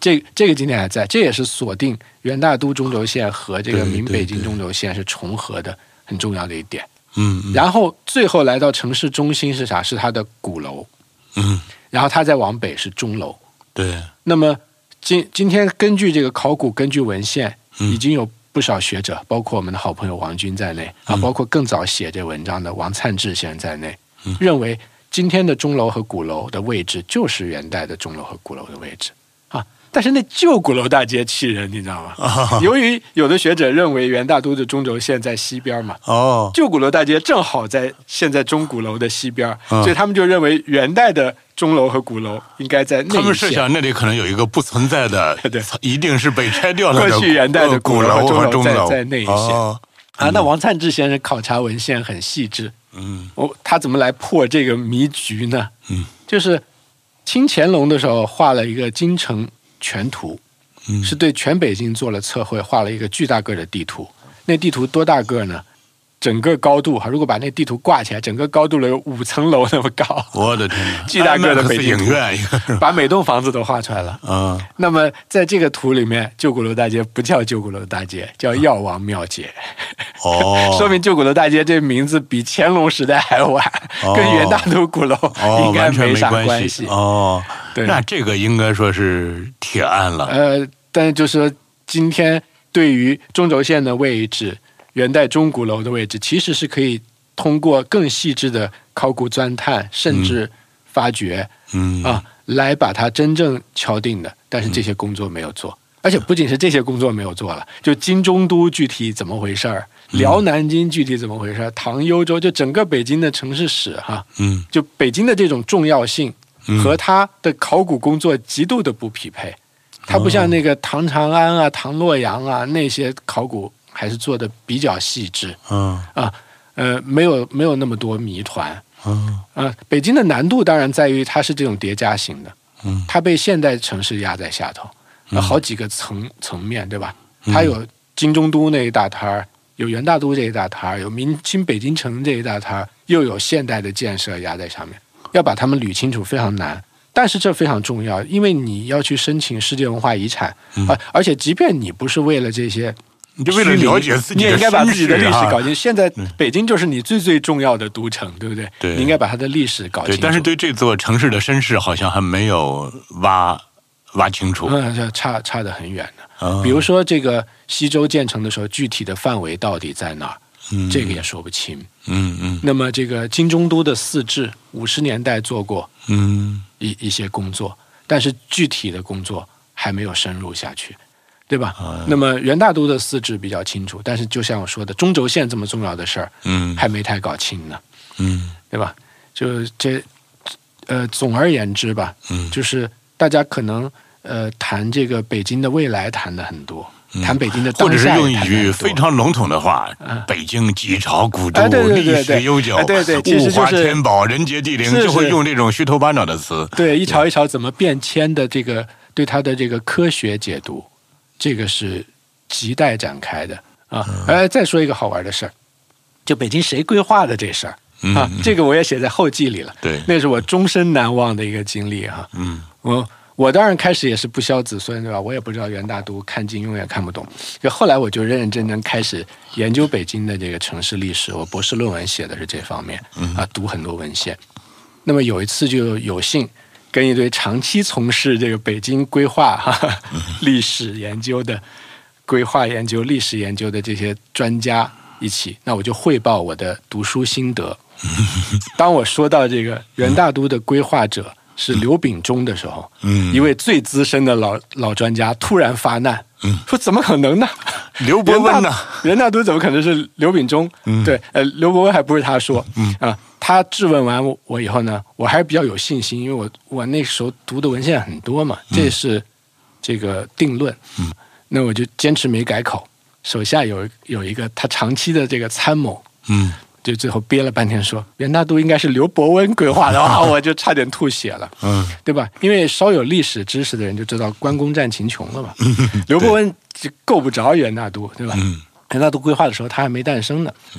这个今天还在，这也是锁定元大都中轴线和这个明北京中轴线是重合的很重要的一点。然后最后来到城市中心是啥？是它的鼓楼。然后它再往北是钟楼。 对。 那么今天根据这个考古，根据文献，已经有不少学者，包括我们的好朋友王军在内啊，包括更早写这文章的王粲志先生在内，认为今天的钟楼和鼓楼的位置就是元代的钟楼和鼓楼的位置啊。但是那旧鼓楼大街气人，你知道吗？由于有的学者认为元大都的中轴线在西边嘛，旧鼓楼大街正好在现在钟鼓楼的西边，所以他们就认为元代的钟楼和鼓楼应该在内线。 他们设想那里可能有一个不存在的，对，一定是被拆掉了的过去元代的鼓楼和钟楼在内线。那王粲志先生考察文献很细致，他怎么来破这个迷局呢？就是清乾隆的时候画了一个京城全图，是对全北京做了测绘，画了一个巨大个的地图。那地图多大个呢？整个高度如果把那地图挂起来，整个高度有5层楼那么高。 我的天哪！ 巨大个的北京影院， 把每栋房子都画出来了。那么在这个图里面，旧鼓楼大街不叫旧鼓楼大街，叫药王庙街。说明旧鼓楼大街这名字比乾隆时代还晚，跟元大都鼓楼应该没啥关系。 对，那这个应该说是铁案了。 但是就是说今天对于中轴线的位置，元代钟鼓楼的位置，其实是可以通过更细致的考古钻探，甚至发掘，来把它真正敲定的。但是这些工作没有做，而且不仅是这些工作没有做了，就金中都具体怎么回事儿，辽南京具体怎么回事儿，唐幽州，就整个北京的城市史就北京的这种重要性和它的考古工作极度的不匹配。它不像那个唐长安啊、唐洛阳啊那些考古。还是做的比较细致，没有那么多谜团，北京的难度当然在于它是这种叠加型的，它被现代城市压在下头，好几个层面，对吧？它有金中都那一大摊儿，有元大都这一大摊儿，有明清北京城这一大摊儿，又有现代的建设压在上面，要把它们捋清楚非常难。但是这非常重要，因为你要去申请世界文化遗产，而且即便你不是为了这些。 你就为了了解自己的， 你也应该把自己的历史搞清楚。现在北京就是你最重要的都城，对不对？ 对， 你应该把它的历史搞清楚。 对，但是对这座城市的身世好像还没有挖清楚。 差得很远的。比如说这个西周建成的时候，具体的范围到底在哪儿？这个也说不清。那么这个金中都的四制，50年代做过一些工作，但是具体的工作还没有深入下去。对吧？那么元大都的四制比较清楚，但是就像我说的，中轴线这么重要的事儿，还没太搞清呢，对吧？就总而言之吧，就是大家可能谈这个北京的未来谈的很多，谈北京的当下或者是用一句非常笼统的话，北京几朝古都，历史悠久，物华天宝，人杰地灵，就会用这种虚头巴脑的词， 对，一朝一朝怎么变迁的这个对它的这个科学解读。这个是亟待展开的再说一个好玩的事儿，就北京谁规划的这事儿这个我也写在后记里了。 对， 那是我终身难忘的一个经历我当然开始也是不肖子孙，对吧？我也不知道元大都，看经永远看不懂。就后来我就认认真真开始研究北京的这个城市历史，我博士论文写的是这方面读很多文献。那么有一次就有幸跟一堆长期从事这个北京规划历史研究的、规划研究、历史研究的这些专家一起，那我就汇报我的读书心得。当我说到这个元大都的规划者是刘秉忠的时候，一位最资深的老专家突然发难，说怎么可能呢？ 刘伯温呢？ 元大都怎么可能是刘秉忠？对，刘伯温还不是他说他质问完我以后呢，我还是比较有信心，因为我那时候读的文献很多嘛，这是这个定论。那我就坚持没改口。手下有一个他长期的这个参谋，就最后憋了半天说元大都应该是刘伯温规划的话，我就差点吐血了，对吧？因为稍有历史知识的人就知道关公战秦琼了嘛，刘伯温就够不着元大都，对吧？元大都规划的时候他还没诞生呢。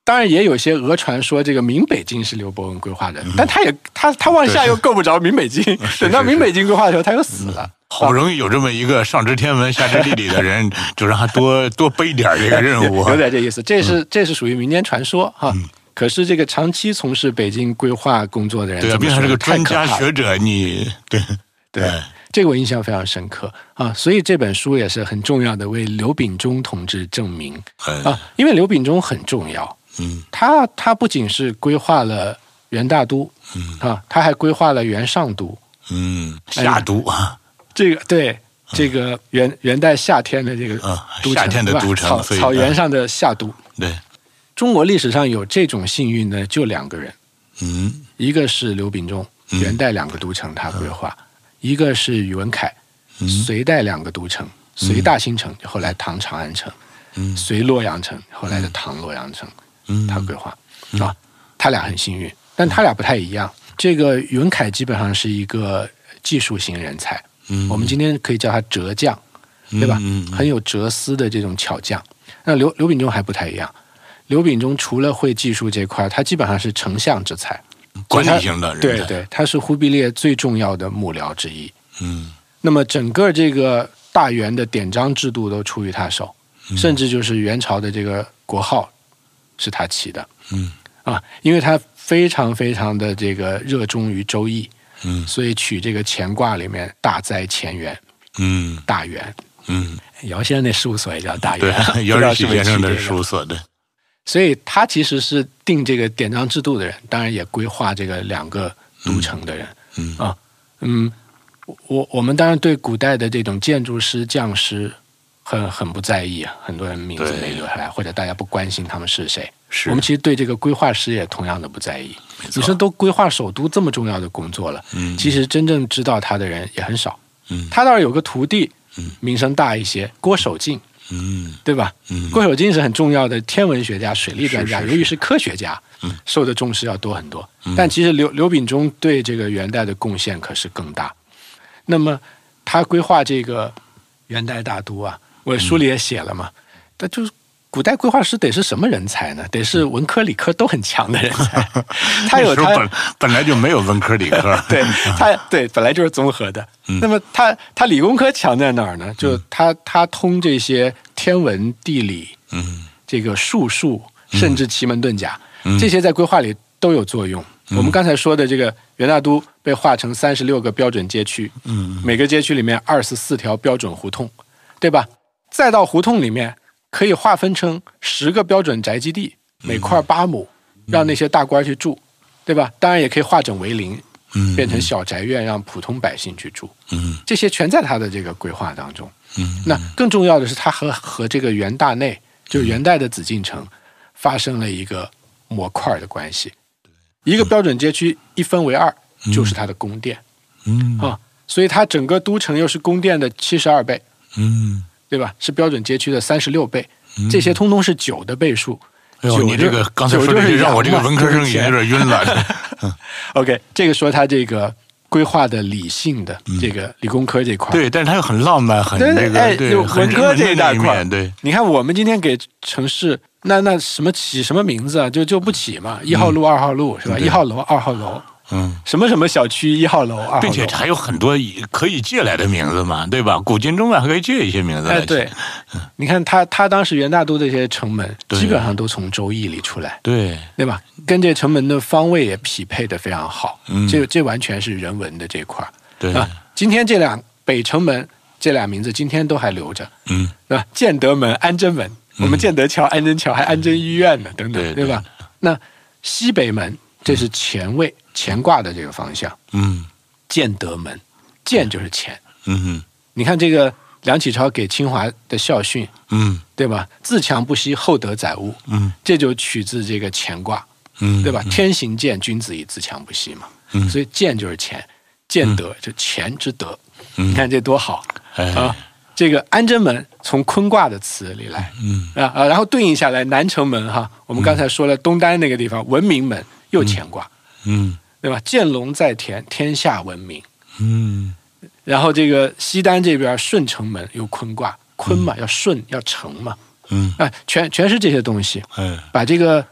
当然也有些讹传说这个明北京是刘伯温规划的，但他往下又够不着明北京，等到明北京规划的时候他又死了。 好不容易有这么一个上知天文下知地理的人，就让他多背点这个任务， 有点这意思。这是属于民间传说哈。可是这个长期从事北京规划工作的人， 对，并且是个专家学者，你对。 这个我印象非常深刻啊，所以这本书也是很重要的，为刘秉忠同志证明啊，因为刘秉忠很重要，他不仅是规划了元大都，他还规划了元上都， 夏都啊， 这个对这个元代夏天的这个都城， 夏天的都城， 草原上的夏都。 对， 中国历史上有这种幸运的就2个人，一个是刘秉忠，元代2个都城他规划。一个是宇文恺，隋代2个都城，隋大兴城，后来唐长安城，隋洛阳城，后来的唐洛阳城，他规划啊，他俩很幸运，但他俩不太一样。这个宇文恺基本上是一个技术型人才，我们今天可以叫他哲将，对吧？很有哲思的这种巧匠。那刘秉忠还不太一样，刘秉忠除了会技术这块，他基本上是丞相之才。 管理型的人， 对，他是忽必烈最重要的幕僚之一。那么整个这个大元的典章制度都出于他手，甚至就是元朝的这个国号是他起的。因为他非常非常的这个热衷于周易，所以取这个乾卦里面大哉乾元，大元。姚先生那事务所也叫大元， 对，姚世先生的事务所，对。 所以他其实是定这个典章制度的人，当然也规划这个2个都城的人。我们当然对古代的这种建筑师、匠师很不在意啊，很多人名字没留下来，或者大家不关心他们是谁。我们其实对这个规划师也同样的不在意。你说都规划首都这么重要的工作了，其实真正知道他的人也很少。他倒是有个徒弟，名声大一些，郭守敬。对吧？郭守敬是很重要的天文学家、水利专家，由于是科学家，受的重视要多很多。但其实刘秉忠对这个元代的贡献可是更大。那么他规划这个元代大都啊，我书里也写了嘛，但就是古代规划师得是什么人才呢？得是文科理科都很强的人才。他有他本来就没有文科理科， 对本来就是综合的。那么他理工科强在哪儿呢？就他通这些天文地理，这个术数，甚至奇门遁甲，这些在规划里都有作用。我们刚才说的这个元大都被划成36个标准街区，每个街区里面24条标准胡同，对吧？再到胡同里面可以划分成10个标准宅基地，每块8亩，让那些大官去住，对吧？当然也可以划整为邻，变成小宅院，让普通百姓去住。这些全在他的这个规划当中。那更重要的是，他和这个元大内，就是元代的紫禁城，发生了一个模块的关系。一个标准街区一分为2，就是它的宫殿。所以它整个都城又是宫殿的72倍。对吧？是标准街区的36倍，这些通通是9的倍数。 你这个刚才说这让我这个文科生也有点晕了。 OK， 这个说他这个规划的理性的这个理工科这块， 对，但是他又很浪漫，很这个对文科这一大块。 对， 你看我们今天给城市那什么起什么名字啊？就不起嘛，1号路、2号路是吧？1号楼、2号楼。什么什么小区1号楼、2号楼， 并且还有很多可以借来的名字嘛，对吧？古今中外还可以借一些名字来。 对，你看他当时元大都的这些城门，基本上都从周易里出来，对吧？跟这城门的方位也匹配的非常好。这完全是人文的这块。对啊，今天这北城门这俩名字今天都还留着。对吧？建德门、安贞门，我们建德桥、安贞桥还安贞医院呢，等等，对吧？那西北门。这是乾位乾卦的这个方向，建德门，建就是乾，你看这个梁启超给清华的校训，对吧？自强不息，厚德载物，这就取自这个乾卦，对吧？天行健，君子以自强不息嘛，所以建就是乾，建德就乾之德，你看这多好啊！这个安贞门从坤卦的词里来，然后对应下来南城门哈，我们刚才说了东单那个地方文明门。又乾卦，对吧？见龙在田，天下闻名。然后这个西单这边顺城门又坤卦，坤嘛要顺要成嘛，全是这些东西。把这个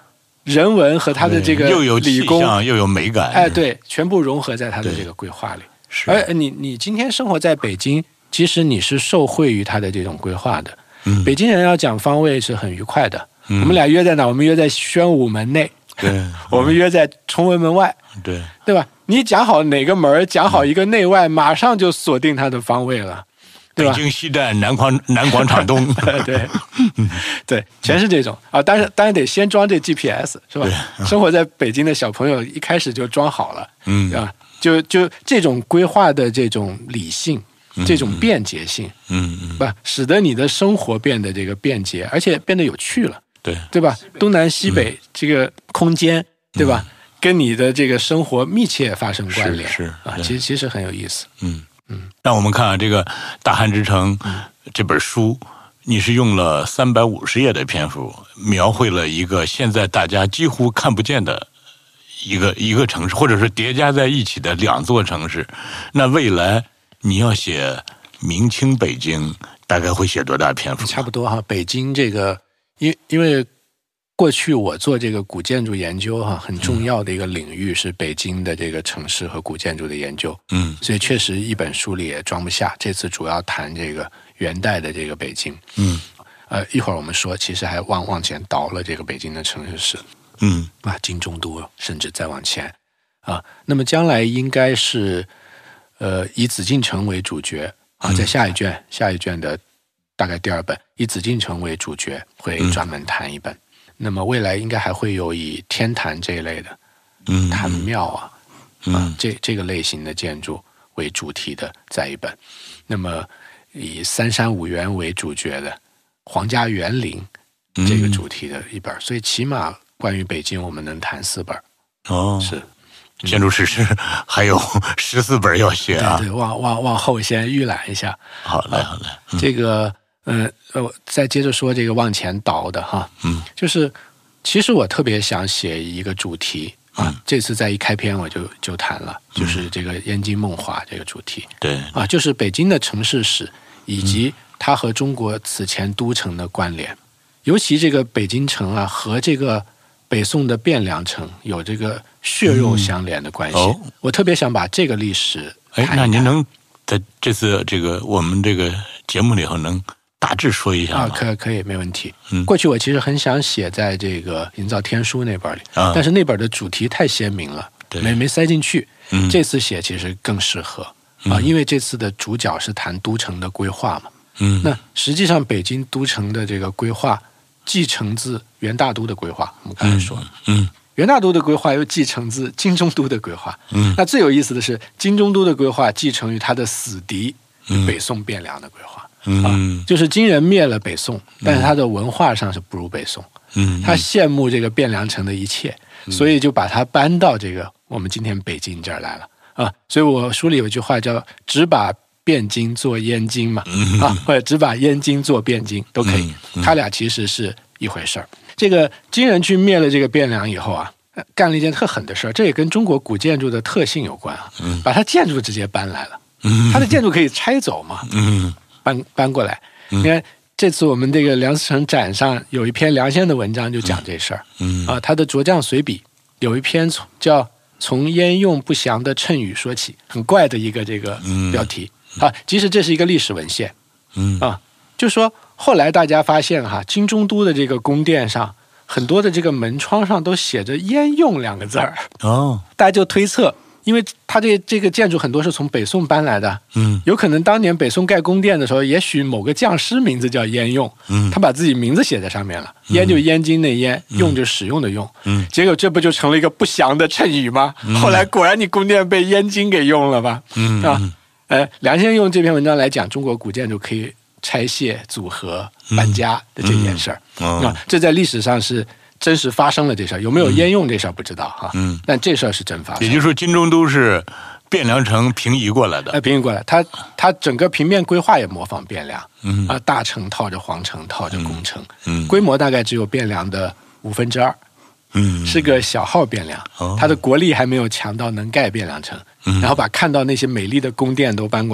人文和它的这个又有理工气象又有美感， 哎，对，全部融合在它的这个规划里。而你今天生活在北京，其实你是受惠于它的这种规划的。北京人要讲方位是很愉快的。我们俩约在哪？我们约在宣武门内， 对， 我们约在崇文门外，对吧？你讲好哪个门，讲好一个内外，马上就锁定它的方位了。 北京西站南广场东， 对，对，全是这种啊！当然得先装这 GPS 是吧？生活在北京的小朋友一开始就装好了，啊，就这种规划的这种理性，这种便捷性，吧，使得你的生活变得这个便捷，而且变得有趣了，对吧？东南西北这个空间，对吧？跟你的这个生活密切发生关联， 是啊，其实很有意思， 那我们看这个《大汉之城》这本书，你是用了350页的篇幅，描绘了一个现在大家几乎看不见的一个城市，或者是叠加在一起的2座城市。那未来你要写明清北京，大概会写多大篇幅？ 差不多哈。北京这个，因为过去我做这个古建筑研究哈，很重要的一个领域是北京的这个城市和古建筑的研究。所以确实一本书里也装不下。这次主要谈这个元代的这个北京。一会儿我们说，其实还往前倒了这个北京的城市史。金中都甚至再往前啊。那么将来应该是以紫禁城为主角啊，在下一卷的大概第2本，以紫禁城为主角会专门谈一本。那么未来应该还会有以天坛这一类的，坛庙啊，这个类型的建筑为主题的再一本。那么以三山五园为主角的皇家园林这个主题的一本。所以起码关于北京我们能谈4本。是建筑史诗还有14本要写啊。 对，往后先预览一下。 好嘞。 这个再接着说这个往前倒的哈，就是其实我特别想写一个主题啊，这次在一开篇我就谈了，就是这个燕京梦华这个主题， 对啊，就是北京的城市史以及它和中国此前都城的关联，尤其这个北京城啊和这个北宋的汴梁城有这个血肉相连的关系，我特别想把这个历史谈一谈。 那您能在这次这个我们这个节目里头能大致说一下吗？ 可以，没问题。过去我其实很想写在这个《营造天书》那本里，但是那本的主题太鲜明了，没塞进去。这次写其实更适合啊，因为这次的主角是谈都城的规划嘛。那实际上北京都城的这个规划继承自元大都的规划，我们刚才说了。元大都的规划又继承自金中都的规划。那最有意思的是，金中都的规划继承于他的死敌北宋汴梁的规划。就是金人灭了北宋，但是他的文化上是不如北宋。他羡慕这个汴梁城的一切，所以就把它搬到这个我们今天北京这儿来了啊。所以我书里有一句话叫“只把汴京做燕京”嘛，或者“只把燕京做汴京”都可以。他俩其实是一回事儿。这个金人去灭了这个汴梁以后啊，干了一件特狠的事儿，这也跟中国古建筑的特性有关啊。把它建筑直接搬来了，它的建筑可以拆走嘛。搬过来，你看这次我们这个梁思成展上有一篇梁先的文章就讲这事儿。他的着匠随笔有一篇叫《从烟用不祥的谶语说起》，很怪的一个这个标题啊。其实这是一个历史文献就说后来大家发现金中都的这个宫殿上很多的这个门窗上都写着烟用2个字儿。大家就推测，因为它这个建筑很多是从北宋搬来的，有可能当年北宋盖宫殿的时候，也许某个匠师名字叫燕用，他把自己名字写在上面了，燕就燕京的燕，用就使用的用，结果这不就成了一个不祥的谶语吗？后来果然你宫殿被燕京给用了吧？梁先用这篇文章来讲中国古建筑可以拆卸、组合、搬家的这件事儿，这在历史上是真实发生了这事儿，有没有烟用这事儿不知道哈。但这事儿是真发生。 也就是说，金中都是汴梁城平移过来的。 平移过来，它整个平面规划也模仿汴梁。大城套着皇城，套着宫城，规模大概只有汴梁的2/5。是个小号汴梁，它的国力还没有强到能盖汴梁城。然后把看到那些美丽的宫殿都搬过来，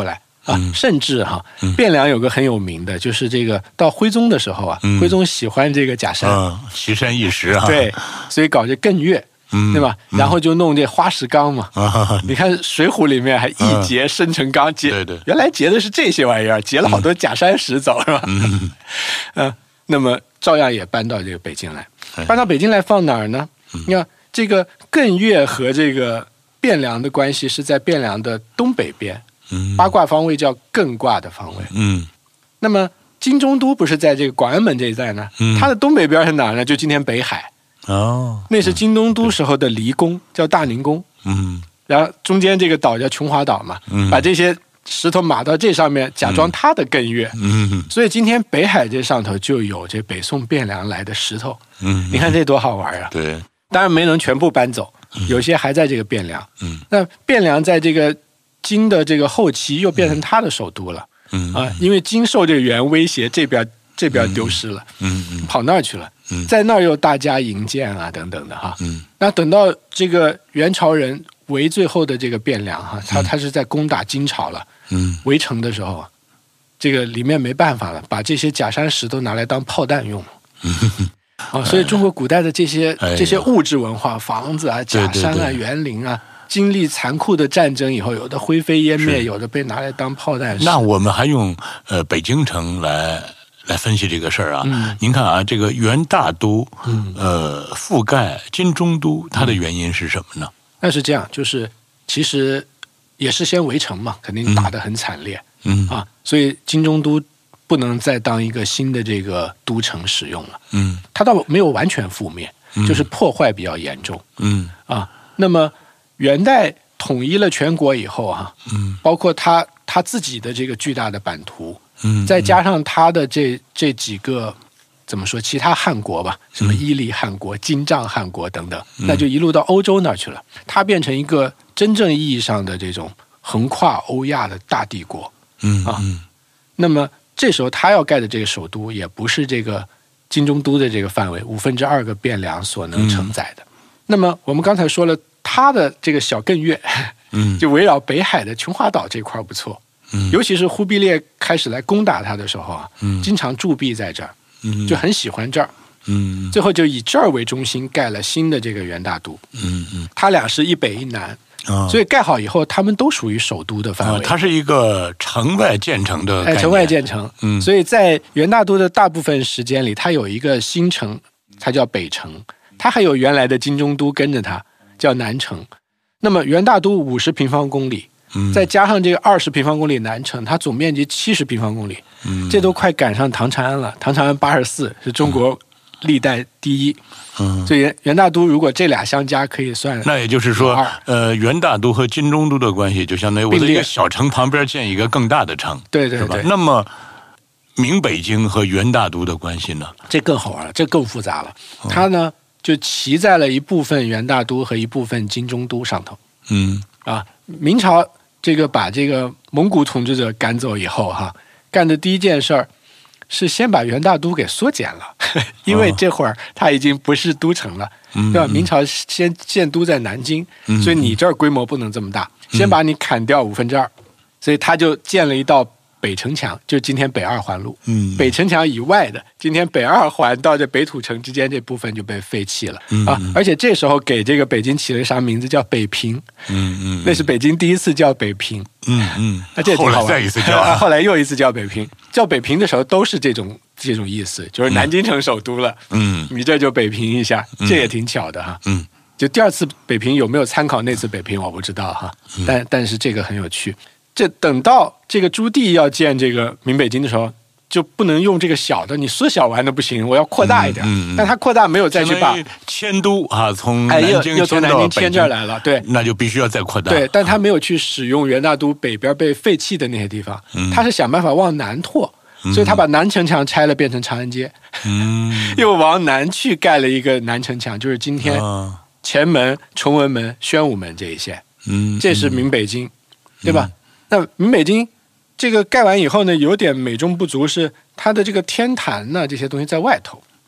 甚至汴梁有个很有名的，就是这个到徽宗的时候啊，徽宗喜欢这个假山， 奇山异石啊， 对，所以搞这艮岳。对吧？然后就弄这花石纲嘛。你看《水浒》里面还一结生辰纲， 对， 原来结的是这些玩意儿，结了好多假山石走，是吧？那么照样也搬到这个北京来，搬到北京来放哪儿呢？你看这个艮岳和这个汴梁的关系是在汴梁的东北边，八卦方位叫艮卦的方位。那么金中都不是在这个广安门这一带呢？它的东北边是哪儿呢？就今天北海。那是金东都时候的离宫，叫大宁宫。然后中间这个岛叫琼华岛嘛，把这些石头码到这上面，假装它的艮岳。所以今天北海这上头就有这北宋汴梁来的石头。你看这多好玩啊！ 对， 当然没能全部搬走，有些还在这个汴梁。那汴梁在这个金的这个后期又变成他的首都了。因为金受这个元威胁，这边丢失了，跑那儿去了。在那儿又大加营建啊，等等的哈。那等到这个元朝人围最后的这个汴梁哈，他是在攻打金朝了。围城的时候啊，这个里面没办法了，把这些假山石都拿来当炮弹用了。所以中国古代的这些物质文化，房子啊、假山啊、园林啊，经历残酷的战争以后，有的灰飞烟灭，有的被拿来当炮弹。 那我们还用北京城来分析这个事儿啊。您看啊，这个元大都覆盖金中都，它的原因是什么呢？ 那是这样，就是其实也是先围城嘛，肯定打得很惨烈。所以金中都不能再当一个新的这个都城使用了。它倒没有完全覆灭，就是破坏比较严重。那么元代统一了全国以后包括他自己的这个巨大的版图。再加上他的这几个怎么说其他汗国吧，什么伊犁汗国、金帐汗国等等，那就一路到欧洲那儿去了。它变成一个真正意义上的这种横跨欧亚的大帝国。那么这时候他要盖的这个首都也不是这个金中都的这个范围2/5个汴梁所能承载的。那么我们刚才说了，他的这个小艮岳，就围绕北海的琼华岛这块不错。尤其是忽必烈开始来攻打他的时候经常驻跸在这儿，就很喜欢这儿。最后就以这儿为中心盖了新的这个元大都。他俩是一北一南，所以盖好以后，他们都属于首都的范围。 它是一个城外建成的概念。 城外建成。所以在元大都的大部分时间里，它有一个新城，它叫北城，它还有原来的金中都跟着它，叫南城。那么元大都50平方公里。再加上这个20平方公里南城，它总面积70平方公里，这都快赶上唐长安了。唐长安84是中国历代第一，所以元大都如果这俩相加，可以算。 那也就是说，元大都和金中都的关系，就相当于我在一个小城旁边建一个更大的城， 对， 是吧？那么明北京和元大都的关系呢？ 这更好玩了，这更复杂了。它呢就骑在了一部分元大都和一部分金中都上头。明朝。这个把这个蒙古统治者赶走以后干的第一件事儿是先把元大都给缩减了，因为这会儿它已经不是都城了，对吧？明朝先建都在南京，所以你这儿规模不能这么大，先把你砍掉2/5，所以他就建了一道北城墙，就今天北二环路。北城墙以外的，今天北二环到这北土城之间这部分就被废弃了。而且这时候给这个北京起了个啥名字，叫北平。那是北京第一次叫北平。那这挺好玩。 后来再一次叫， 后来又一次叫北平。叫北平的时候都是这种意思，就是南京成首都了。你这就北平一下，这也挺巧的就第二次北平有没有参考那次北平我不知道但是这个很有趣。这等到这个朱棣要建这个明北京的时候，就不能用这个小的，你缩小完的不行，我要扩大一点。但他扩大没有再去把迁都从南京又从南京迁这儿来了，对， 那就必须要再扩大。 对，但他没有去使用元大都北边被废弃的那些地方，他是想办法往南拓，所以他把南城墙拆了，变成长安街，又往南去盖了一个南城墙，就是今天前门、崇文门、宣武门这一线。这是明北京，对吧？那明北京这个盖完以后呢，有点美中不足，是它的这个天坛呢这些东西在外头，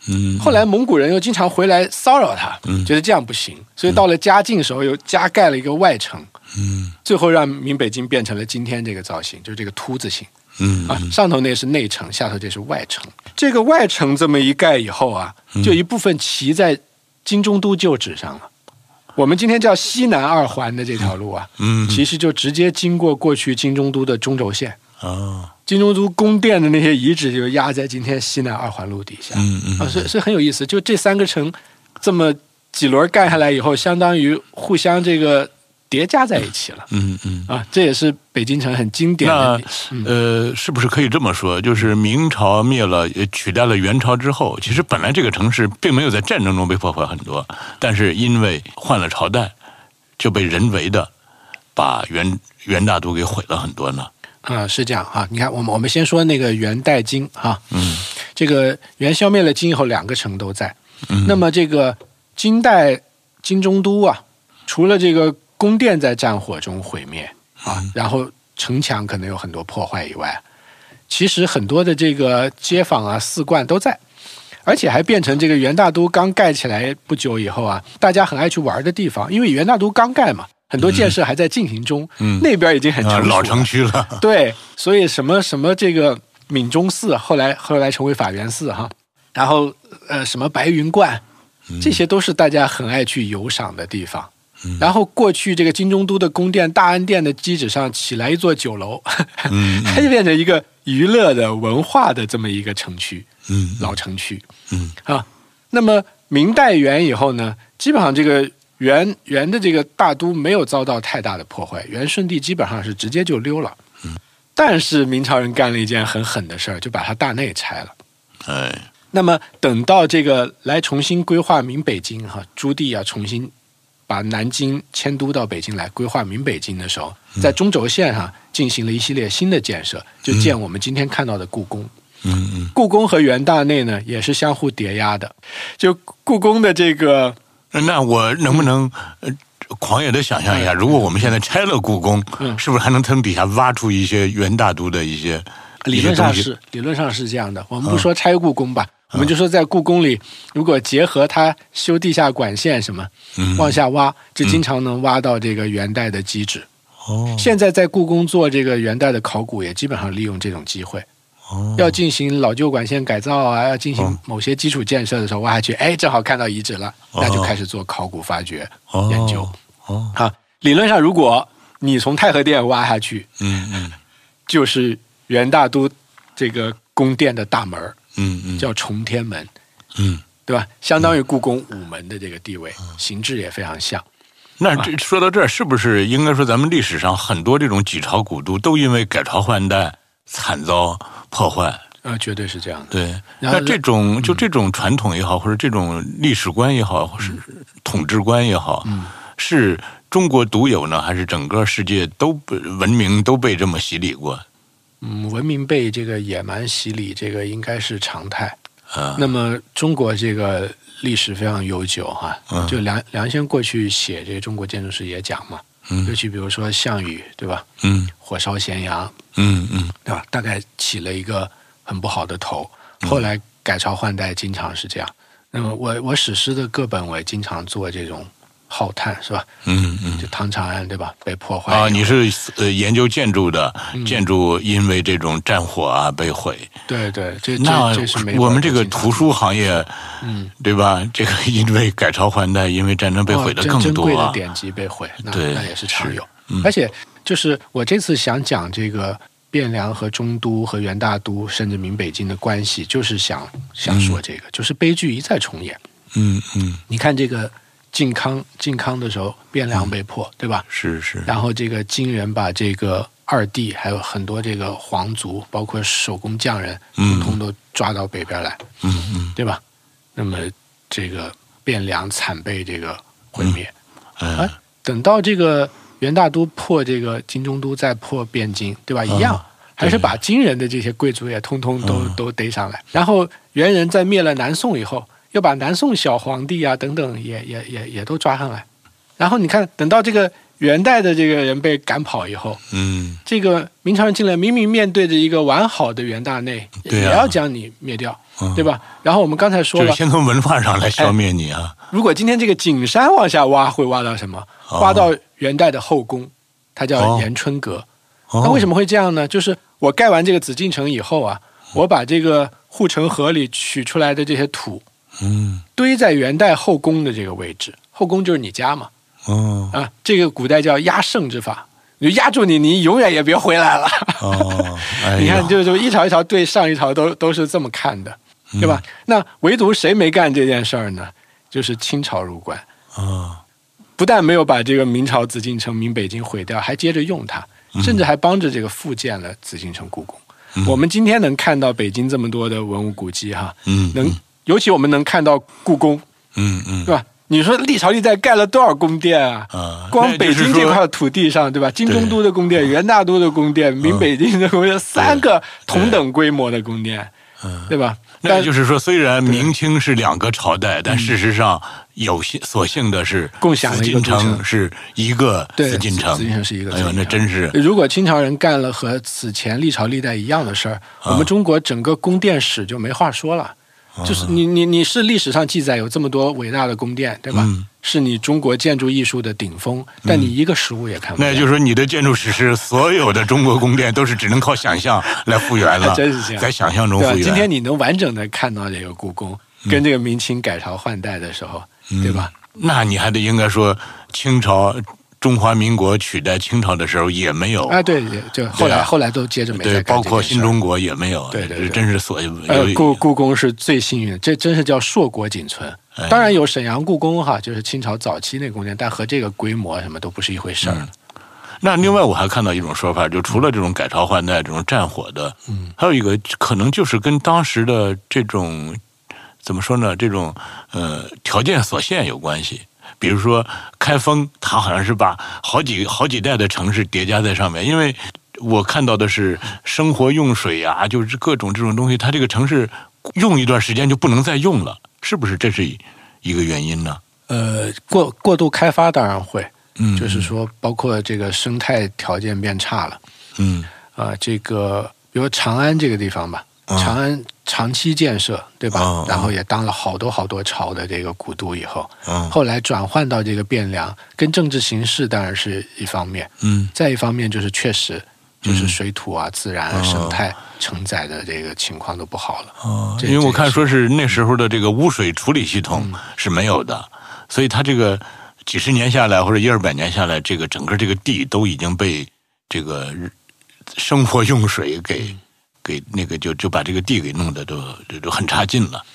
后来蒙古人又经常回来骚扰他，觉得这样不行，所以到了嘉靖时候又加盖了一个外城，最后让明北京变成了今天这个造型，就是这个凸字形。上头那是内城，下头这是外城。这个外城这么一盖以后啊，就一部分骑在金中都旧址上了。我们今天叫西南二环的这条路啊，其实就直接经过过去金中都的中轴线。金中都宫殿的那些遗址就压在今天西南二环路底下。所以很有意思。就这三个城这么几轮盖下来以后，相当于互相这个叠加在一起了。这也是北京城很经典的。 是不是可以这么说？就是明朝灭了，取代了元朝之后，其实本来这个城市并没有在战争中被破坏很多，但是因为换了朝代，就被人为的把元大都给毁了很多呢。 是这样啊。你看，我们先说那个元代金啊。这个元消灭了金以后，两个城都在。那么这个金代金中都啊，除了这个宫殿在战火中毁灭啊，然后城墙可能有很多破坏以外，其实很多的这个街坊啊、寺观都在，而且还变成这个元大都刚盖起来不久以后啊，大家很爱去玩的地方。因为元大都刚盖嘛，很多建设还在进行中，那边已经很成熟了， 老城区了。 对，所以什么这个闽中寺后来成为法源寺哈，然后什么白云观，这些都是大家很爱去游赏的地方。然后过去这个金中都的宫殿大安殿的基址上起来一座酒楼，它就变成一个娱乐的文化的这么一个城区，老城区。那么明代元以后呢，基本上这个元的这个大都没有遭到太大的破坏，元顺帝基本上是直接就溜了。但是明朝人干了一件很狠的事儿，就把它大内拆了。那么等到这个来重新规划明北京朱棣啊重新把南京迁都到北京来规划明北京的时候，在中轴线上进行了一系列新的建设，就建我们今天看到的故宫。故宫和元大内呢也是相互叠压的。就故宫的这个， 那我能不能狂野的想象一下，如果我们现在拆了故宫，是不是还能从底下挖出一些元大都的一些理论上是这样的。我们不说拆故宫吧，我们就说在故宫里，如果结合它修地下管线什么，往下挖，就经常能挖到这个元代的基址。现在在故宫做这个元代的考古，也基本上利用这种机会。要进行老旧管线改造啊，要进行某些基础建设的时候挖下去，正好看到遗址了，那就开始做考古发掘研究。理论上，如果你从太和殿挖下去，就是元大都这个宫殿的大门，叫崇天门，对吧？相当于故宫午门的这个地位，形制也非常像。 那说到这儿，是不是应该说咱们历史上很多这种几朝古都都因为改朝换代惨遭破坏？ 绝对是这样的。 对，那这种传统也好，或者这种历史观也好，或是统治观也好，是中国独有呢，还是整个世界文明都被这么洗礼过？ 文明被这个野蛮洗礼，这个应该是常态。那么中国这个历史非常悠久就梁先过去写这个中国建筑史也讲嘛，尤其比如说项羽，对吧？火烧咸阳，对吧？大概起了一个很不好的头，后来改朝换代经常是这样。那么我史诗的各本我也经常做这种浩探，是吧？就唐长安，对吧？被破坏你是研究建筑的，建筑因为这种战火啊被毁。 对，这是没。 我们这个图书行业，对吧？这个因为改朝换代，因为战争被毁的更多，珍贵的典籍被毁，那也是常有。而且就是我这次想讲这个汴梁和中都和元大都甚至明北京的关系，就是想说这个，就是悲剧一再重演。你看这个。靖康的时候，汴梁被破，对吧？ 是。 然后这个金人把这个二帝，还有很多这个皇族，包括手工匠人，统统都抓到北边来，对吧？那么这个汴梁惨被这个毁灭。等到这个元大都破这个金中都，再破汴京，对吧？一样，还是把金人的这些贵族也通通都逮上来。然后元人在灭了南宋以后，又把南宋小皇帝啊等等也都抓上来。然后你看，等到这个元代的这个人被赶跑以后，这个明朝人进来，明明面对着一个完好的元大内，也要将你灭掉，对吧？然后我们刚才说了， 就是先从文化上来消灭你啊。 如果今天这个景山往下挖，会挖到什么？挖到元代的后宫，它叫延春阁。那为什么会这样呢？就是我盖完这个紫禁城以后啊，我把这个护城河里取出来的这些土，堆在元代后宫的这个位置，后宫就是你家嘛。这个古代叫压胜之法，就压住你，你永远也别回来了。你看，就一朝一朝对上一朝都是这么看的，对吧？那唯独谁没干这件事儿呢？就是清朝入关。不但没有把这个明朝紫禁城、明北京毁掉，还接着用它，甚至还帮着这个复建了紫禁城、故宫。我们今天能看到北京这么多的文物古迹哈，尤其我们能看到故宫，对吧？你说历朝历代盖了多少宫殿啊？光北京这块土地上，对吧？金中都的宫殿、元大都的宫殿、明北京的宫殿，3个同等规模的宫殿，对吧？ 那就是说，虽然明清是2个朝代，但事实上所幸的是， 共享紫禁城是一个紫禁城， 紫禁城是一个。 哎呦，那真是！ 如果清朝人干了和此前历朝历代一样的事儿，我们中国整个宫殿史就没话说了。就是你是历史上记载有这么多伟大的宫殿，对吧？是你中国建筑艺术的顶峰，但你一个实物也看不到。 那就是说，你的建筑史是所有的中国宫殿都是只能靠想象来复原了， 真是这样， 在想象中复原。 今天你能完整的看到这个故宫，跟这个明清改朝换代的时候，对吧？ 那你还得应该说，清朝。中华民国取代清朝的时候也没有对，就后来都接着没再干这件事。 对，包括新中国也没有。 对， 真是故宫是最幸运的，这真是叫硕果仅存。当然有沈阳故宫哈，就是清朝早期那宫殿，但和这个规模什么都不是一回事儿。 那另外我还看到一种说法，就除了这种改朝换代、这种战火的，还有一个可能就是跟当时的这种怎么说呢？这种条件所限有关系。比如说开封，它好像是把好几代的城市叠加在上面，因为我看到的是生活用水啊，就是各种这种东西，它这个城市用一段时间就不能再用了，是不是这是一个原因呢？ 过度开发当然会，就是说包括这个生态条件变差了，这个比如长安这个地方吧。长安长期建设，对吧？然后也当了好多朝的这个古都以后，后来转换到这个汴梁，跟政治形势当然是一方面，再一方面就是确实就是水土啊、自然啊、生态承载的这个情况都不好了。 因为我看说是那时候的这个污水处理系统是没有的，所以它这个几十年下来或者100-200年下来，这个整个这个地都已经被这个生活用水给那个就把这个地给弄得都很差劲了，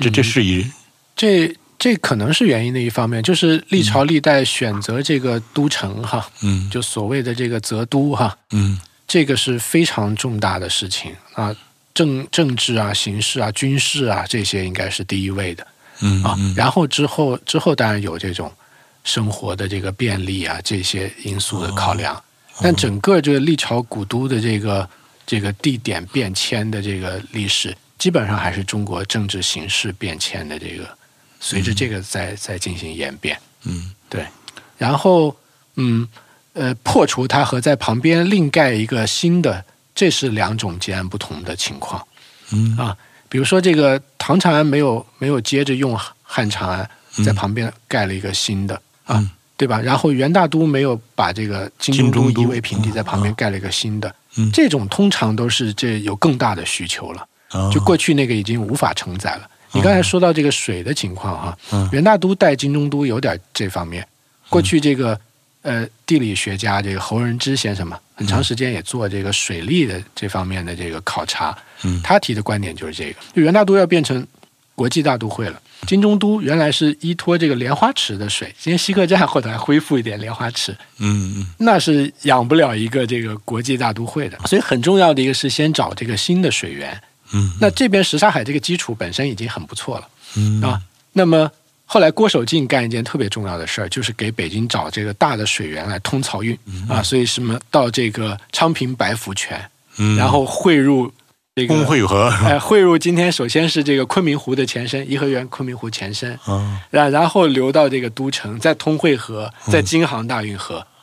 这可能是原因的一方面，就是历朝历代选择这个都城哈，就所谓的这个择都哈，这个是非常重大的事情啊，政治啊、形势啊、军事啊这些应该是第一位的，然后之后当然有这种生活的这个便利啊这些因素的考量，但整个这个历朝古都的这个地点变迁的这个历史，基本上还是中国政治形势变迁的这个，随着这个在进行演变。对。然后破除它和在旁边另盖一个新的，这是2种截然不同的情况。比如说这个唐长安没有接着用汉长安，在旁边盖了一个新的对吧？然后元大都没有把这个金中都夷为平地，在旁边盖了一个新的。这种通常都是有更大的需求了，就过去那个已经无法承载了。你刚才说到这个水的情况元大都带金中都有点这方面。过去这个地理学家这个侯仁之先生嘛，很长时间也做这个水利的这方面的这个考察，他提的观点就是这个，就元大都要变成国际大都会了。金中都原来是依托这个莲花池的水，今天西客站后头还恢复一点莲花池，那是养不了一个这个国际大都会的。所以很重要的一个是先找这个新的水源，那这边什刹海这个基础本身已经很不错了，那么后来郭守敬干一件特别重要的事儿，就是给北京找这个大的水源来通漕运所以什么到这个昌平白府泉，然后汇入这个工会河， 汇入今天首先是这个昆明湖的前身，颐和园昆明湖前身，然后流到这个都城，再通惠河，再京杭大运河，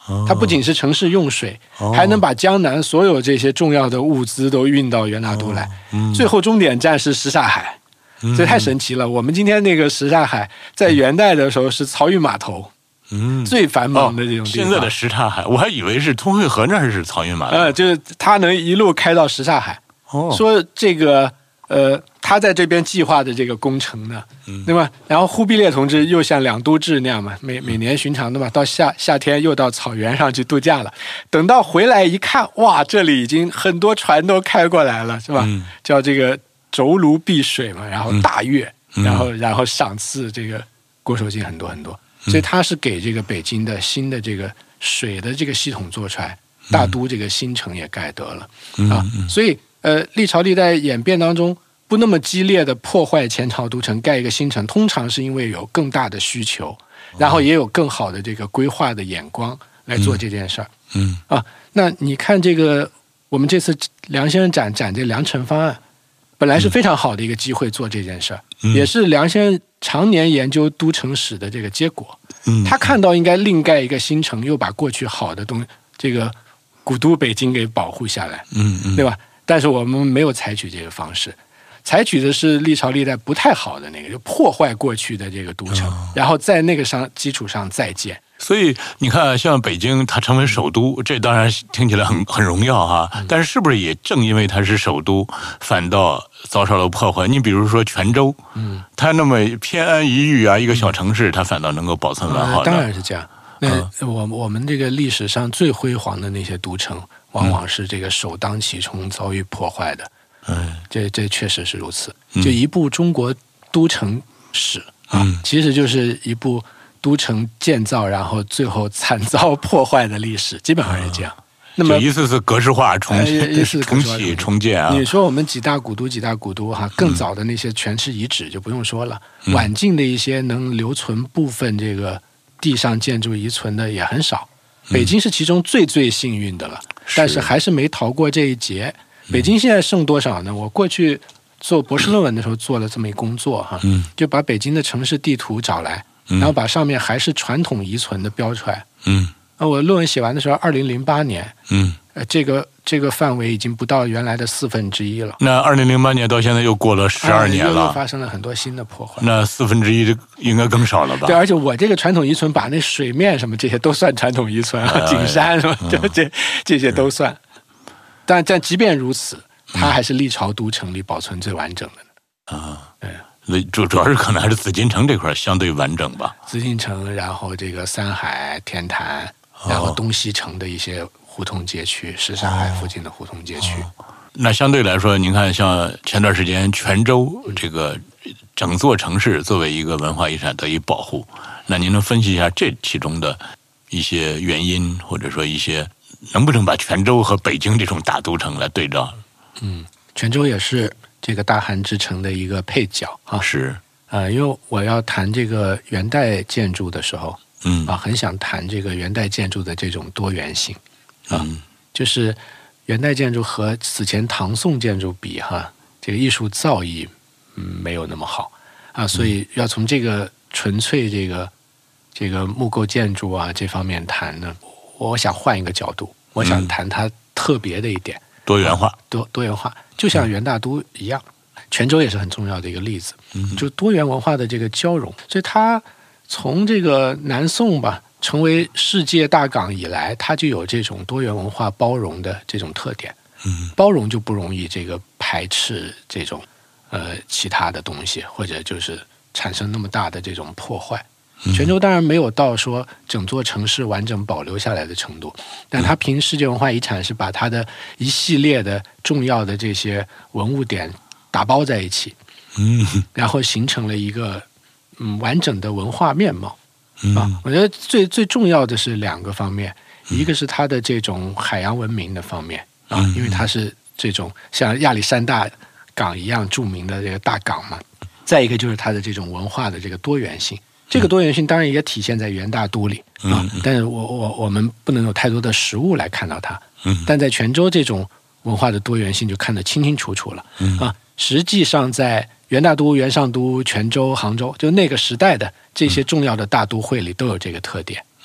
它不仅是城市用水，还能把江南所有这些重要的物资都运到元大都来。最后终点站是什刹海，这太神奇了。我们今天那个什刹海，在元代的时候是漕运码头。最繁忙的这种地方。 现在的什刹海，我还以为是通惠河那儿是漕运码头。 就是它能一路开到什刹海。说这个他在这边计划的这个工程呢，对吧？然后忽必烈同志又像两都制那样嘛，每年寻常的嘛，到夏天又到草原上去度假了。等到回来一看，哇，这里已经很多船都开过来了，是吧？叫这个轴炉避水嘛，然后大悦，然后赏赐这个郭守敬很多很多。所以他是给这个北京的新的这个水的这个系统做出来，大都这个新城也盖得了啊。所以历朝历代演变当中不那么激烈的破坏前朝都城，盖一个新城，通常是因为有更大的需求，然后也有更好的这个规划的眼光来做这件事儿。那你看这个我们这次梁先生展这良城方案，本来是非常好的一个机会做这件事儿，也是梁先生常年研究都城史的这个结果。他看到应该另盖一个新城，又把过去好的这个古都北京给保护下来，对吧？但是我们没有采取这个方式，采取的是历朝历代不太好的那个，就破坏过去的这个都城，然后在那个基础上再建。 所以你看，像北京它成为首都，这当然听起来很荣耀哈，但是是不是也正因为它是首都，反倒遭受了破坏？你比如说泉州，它那么偏安一隅啊，一个小城市，它反倒能够保存完好。 当然是这样。那我们这个历史上最辉煌的那些都城，往往是这个首当其冲遭遇破坏的。这确实是如此。就一部中国都城史其实就是一部都城建造，然后最后惨遭破坏的历史，基本上是这样。那么一次次格式化重启重建啊！ 你说我们几大古都哈，更早的那些全是遗址，就不用说了。晚近的一些能留存部分这个地上建筑遗存的也很少。北京是其中最幸运的了，但是还是没逃过这一劫。北京现在剩多少呢？我过去做博士论文的时候做了这么一工作哈，就把北京的城市地图找来，然后把上面还是传统遗存的标出来。我论文写完的时候2008年，这个范围已经不到原来的1/4了。 那2008年到现在又过了12年了， 又发生了很多新的破坏。 那1/4应该更少了吧？ 对，而且我这个传统遗存把那水面什么这些都算传统遗存啊，景山什么这些都算。但即便如此，它还是历朝都城里保存最完整的。 主要是可能还是紫禁城这块相对完整吧。 紫禁城，然后这个三海、天坛，然后东西城的一些胡同街区，什刹海附近的胡同街区。 那相对来说，您看像前段时间泉州这个整座城市作为一个文化遗产得以保护，那您能分析一下这其中的一些原因，或者说一些能不能把泉州和北京这种大都城来对照？ 泉州也是这个大汉之城的一个配角啊。 是因为我要谈这个元代建筑的时候，很想谈这个元代建筑的这种多元性就是元代建筑和此前唐宋建筑比哈，这个艺术造诣没有那么好所以要从这个纯粹这个木构建筑啊这方面谈呢，我想换一个角度，我想谈它特别的一点， 多元化， 多元化，就像元大都一样。泉州也是很重要的一个例子，就多元文化的这个交融。所以它从这个南宋吧成为世界大港以来，它就有这种多元文化包容的这种特点。包容就不容易这个排斥这种其他的东西，或者就是产生那么大的这种破坏。泉州当然没有到说整座城市完整保留下来的程度，但它凭世界文化遗产是把它的一系列的重要的这些文物点打包在一起，然后形成了一个完整的文化面貌我觉得最重要的是2个方面，一个是它的这种海洋文明的方面因为它是这种像亚历山大港一样著名的这个大港嘛，再一个就是它的这种文化的这个多元性。这个多元性当然也体现在元大都里但是我们不能有太多的实物来看到它但在泉州这种文化的多元性就看得清清楚楚了实际上在元大都、元上都、泉州、杭州，就那个时代的这些重要的大都会里都有这个特点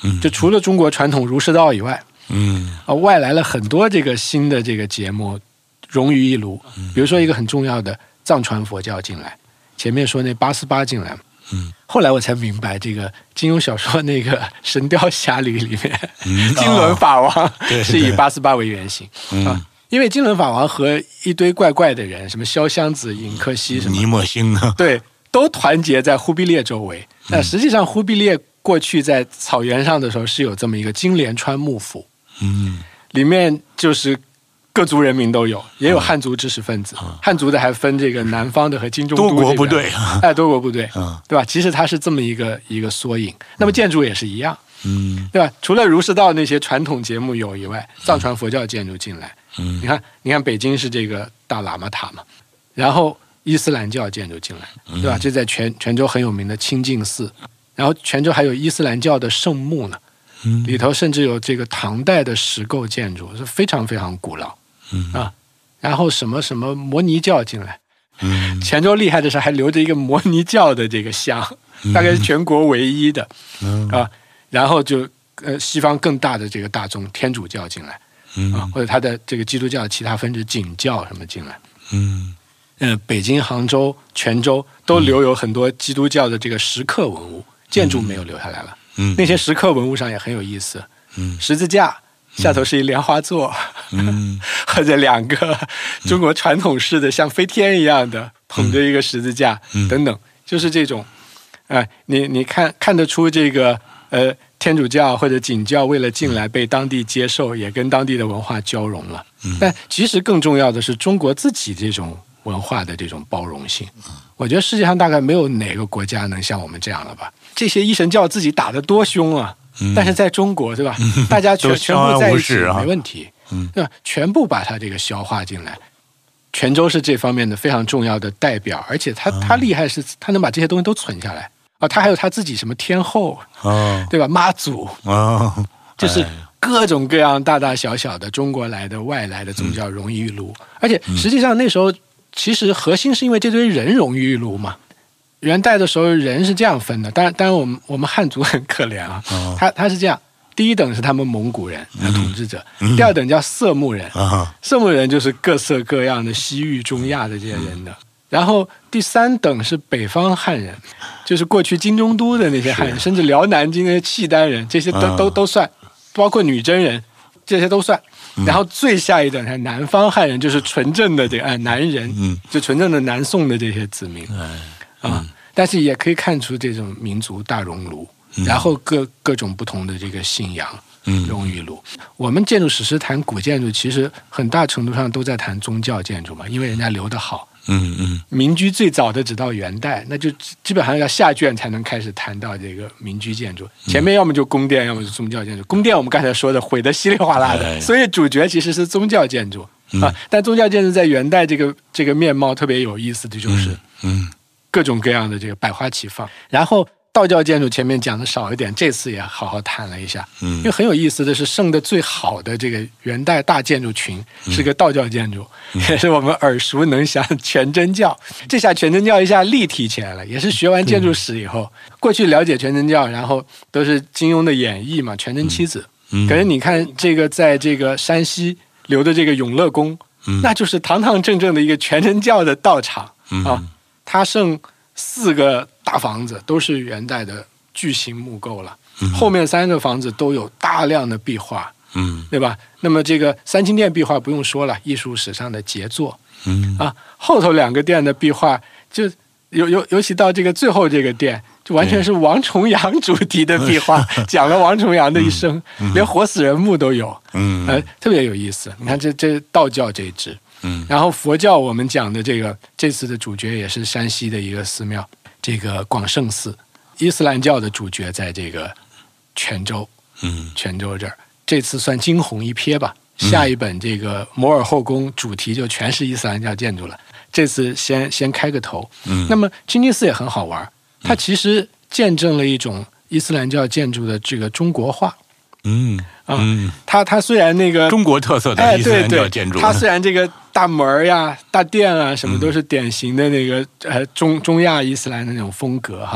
就除了中国传统儒释道以外，外来了很多这个新的这个节目融于一炉。比如说一个很重要的藏传佛教进来，前面说那88进来，后来我才明白，这个金庸小说那个《神雕侠侣》里面，金轮法王是以88为原型啊。因为金轮法王和一堆怪怪的人，什么潇湘子、尹克西什么尼莫星呢， 对，都团结在忽必烈周围。那实际上忽必烈过去在草原上的时候是有这么一个金莲川幕府，里面就是各族人民都有，也有汉族知识分子，汉族的还分这个南方的和金中都多国部队， 多国部队，对吧？其实它是这么一个缩影。那么建筑也是一样，对吧？除了儒释道那些传统节目有以外，藏传佛教建筑进来，你看北京是这个大喇嘛塔嘛，然后伊斯兰教建筑进来，对吧？这在泉州很有名的清净寺，然后泉州还有伊斯兰教的圣墓呢，里头甚至有这个唐代的石构建筑，是非常非常古老。然后什么摩尼教进来，泉州厉害的是还留着一个摩尼教的这个像，大概是全国唯一的然后就西方更大的这个大宗天主教进来，或者他的这个基督教的其他分支景教什么进来，北京、杭州、泉州都留有很多基督教的这个石刻文物，建筑没有留下来了，那些石刻文物上也很有意思，十字架下头是一莲花座，或者2个中国传统式的像飞天一样的捧着一个十字架，等等，就是这种，你看得出这个天主教或者景教为了进来被当地接受，也跟当地的文化交融了。但其实更重要的是中国自己这种文化的这种包容性。我觉得世界上大概没有哪个国家能像我们这样了吧？这些一神教自己打得多凶啊！但是在中国，对吧？大家全部在一起没问题，对吧？全部把它这个消化进来。泉州是这方面的非常重要的代表，而且他厉害是他能把这些东西都存下来他还有他自己什么天后对吧？妈祖就是各种各样大大小小的中国来的、外来的宗教融于一炉，而且实际上那时候其实核心是因为这堆人融于一炉嘛。元代的时候人是这样分的，当然我们汉族很可怜啊，他是这样，第一等是他们蒙古人统治者，第二等叫色目人，色目人就是各色各样的西域、中亚的这些人的，然后第3等是北方汉人，就是过去金中都的那些汉人，甚至辽南京那些契丹人，这些都算，包括女真人，这些都算。然后最下一等是南方汉人，就是纯正的这个南人，就纯正的南宋的这些子民但是也可以看出这种民族大熔炉，然后各种不同的这个信仰融于一炉。我们建筑史诗谈古建筑，其实很大程度上都在谈宗教建筑嘛，因为人家留得好。民居最早的只到元代，那就基本上要下卷才能开始谈到这个民居建筑。前面要么就宫殿，要么是宗教建筑。宫殿我们刚才说的毁得稀里哗啦的，所以主角其实是宗教建筑但宗教建筑在元代这个面貌特别有意思的就是各种各样的这个百花齐放。然后道教建筑前面讲的少一点，这次也好好谈了一下。因为很有意思的是，剩的最好的这个元代大建筑群是个道教建筑，也是我们耳熟能详全真教。这下全真教一下立体起来了，也是学完建筑史以后，过去了解全真教，然后都是金庸的演绎嘛，全真七子。可是你看这个在这个山西留的这个永乐宫，那就是堂堂正正的一个全真教的道场它剩4个大房子都是元代的巨型木构了，后面3个房子都有大量的壁画，对吧？那么这个三清殿壁画不用说了，艺术史上的杰作，后头2个殿的壁画就尤其到这个最后这个殿，就完全是王重阳主题的壁画，讲了王重阳的一生，连活死人墓都有，特别有意思。你看这道教这一支。然后佛教我们讲的这次的主角也是山西的一个寺庙，这个广胜寺。伊斯兰教的主角在这个泉州这儿，这次算惊鸿一瞥吧。下一本这个摩尔后宫主题就全是伊斯兰教建筑了，这次先开个头。那么清净寺也很好玩，它其实见证了一种伊斯兰教建筑的这个中国化。它虽然那个中国特色的伊斯兰教建筑， 它虽然这个大门呀、大殿啊什么都是典型的那个中亚伊斯兰的那种风格哈，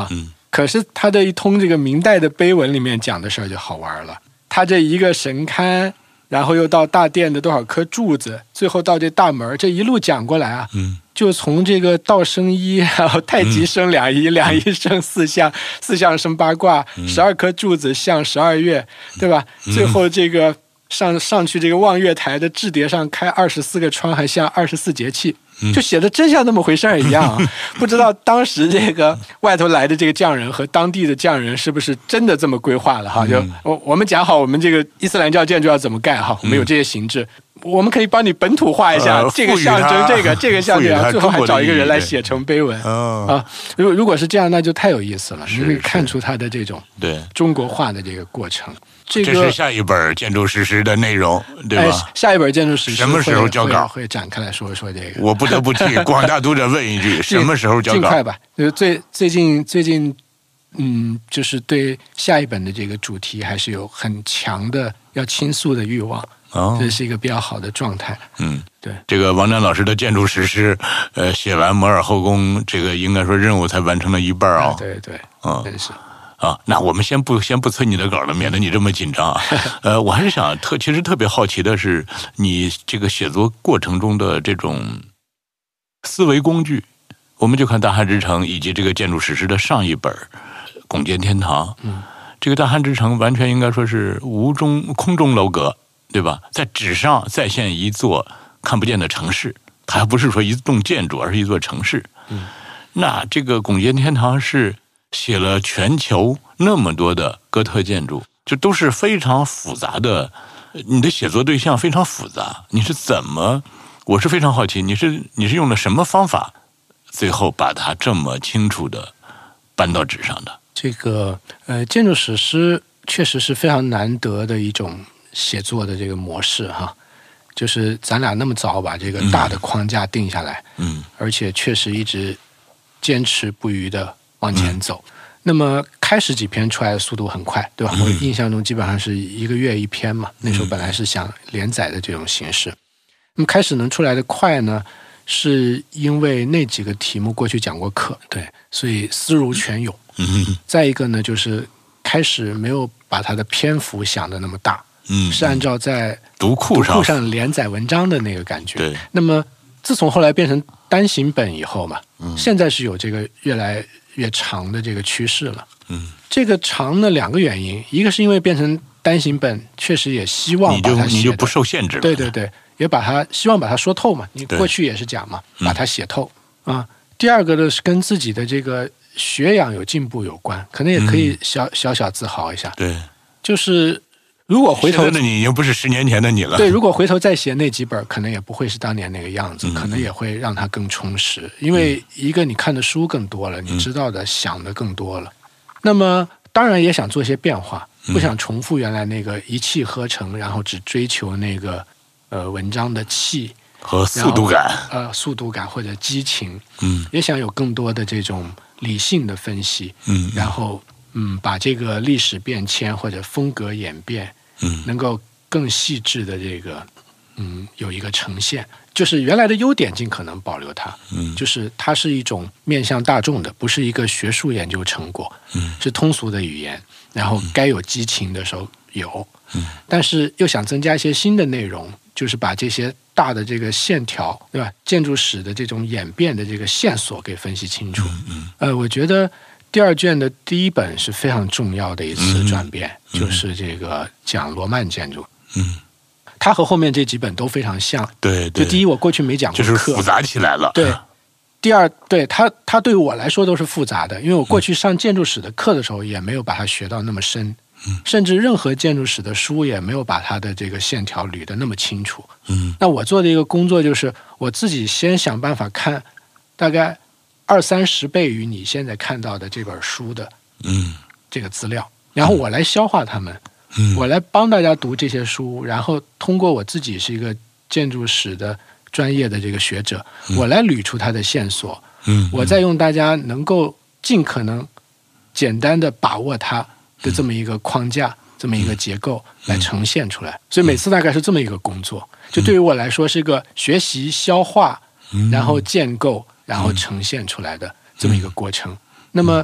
可是他的一通这个明代的碑文里面讲的事儿就好玩了，他这一个神龛，然后又到大殿的多少颗柱子，最后到这大门，这一路讲过来啊，就从这个道生一，然后太极生两仪，两仪生四象，四象生八卦，12颗柱子象12月，对吧？最后这个上去这个望月台的雉碟上开24个窗，还像24节气。就写的真像那么回事儿一样啊！不知道当时这个外头来的这个匠人和当地的匠人是不是真的这么规划了哈？就我们讲好，我们这个伊斯兰教建筑要怎么盖哈？我们有这些形制，我们可以帮你本土化一下，这个象征这个象征，最后还找一个人来写成碑文啊！如果是这样，那就太有意思了，你可以看出它的这种中国化的这个过程。 这是下一本建筑史诗的内容，对吧？ 下一本建筑史诗什么时候交稿？ 会展开来说一说这个。 我不得不替广大读者问一句：什么时候交稿？ 尽快吧。最近，就是对下一本的这个主题还是有很强的要倾诉的欲望。这是一个比较好的状态。对。 这个王瞻老师的建筑史诗，写完摩尔后宫，这个应该说任务才完成了一半啊。 对，真是。 那我们先不催你的稿了，免得你这么紧张啊。我还是想其实特别好奇的是，你这个写作过程中的这种思维工具。我们就看《大汉之城》以及这个建筑史诗的上一本《拱肩天堂》。这个《大汉之城》完全应该说是空中楼阁，对吧？在纸上再现一座看不见的城市，它还不是说一栋建筑，而是一座城市。那这个《拱肩天堂》是写了全球那么多的哥特建筑，就都是非常复杂的，你的写作对象非常复杂，你是怎么？我是非常好奇，你是用了什么方法，最后把它这么清楚的搬到纸上的？ 这个建筑史诗确实是非常难得的一种写作的这个模式哈，就是咱俩那么早把这个大的框架定下来，而且确实一直坚持不渝的往前走。那么开始几篇出来的速度很快，对吧？我印象中基本上是1个月1篇嘛，那时候本来是想连载的这种形式。那么开始能出来的快呢，是因为那几个题目过去讲过课，对，所以思如泉涌。再一个呢，就是开始没有把它的篇幅想的那么大，是按照在读库上连载文章的那个感觉。 对。 那么自从后来变成单行本以后嘛，现在是有这个越来越长的这个趋势了。这个长的2个原因，一个是因为变成单行本，确实也希望把它写， 你就不受限制了。 对，也希望把它说透嘛。你过去也是讲嘛，把它写透啊。第二个呢是跟自己的这个学养有进步有关，可能也可以小自豪一下。 对， 就是如果回头， 现在的你已经不是10年前的你了。 对，如果回头再写那几本，可能也不会是当年那个样子，可能也会让它更充实。因为一个你看的书更多了，你知道的想的更多了。那么当然也想做些变化，不想重复原来那个一气呵成，然后只追求那个文章的气和速度感， 速度感或者激情。也想有更多的这种理性的分析。然后把这个历史变迁或者风格演变，能够更细致的这个有一个呈现，就是原来的优点尽可能保留它。就是它是一种面向大众的，不是一个学术研究成果，是通俗的语言，然后该有激情的时候有，但是又想增加一些新的内容，就是把这些大的这个线条，对吧？建筑史的这种演变的这个线索给分析清楚。我觉得第2卷的第1本是非常重要的一次转变，就是这个讲罗曼建筑。它和后面这几本都非常像。 对， 就第一我过去没讲过课， 就是复杂起来了。 对，第二，对它对我来说都是复杂的，因为我过去上建筑史的课的时候也没有把它学到那么深，甚至任何建筑史的书也没有把它的这个线条捋得那么清楚。那我做的一个工作就是我自己先想办法看大概20-30倍于你现在看到的这本书的这个资料，然后我来消化它们。我来帮大家读这些书，然后通过我自己是一个建筑史的专业的这个学者，我来捋出它的线索。我再用大家能够尽可能简单的把握它的这么一个框架，这么一个结构来呈现出来。所以每次大概是这么一个工作，就对于我来说是个学习、消化，然后建构，然后呈现出来的这么一个过程。那么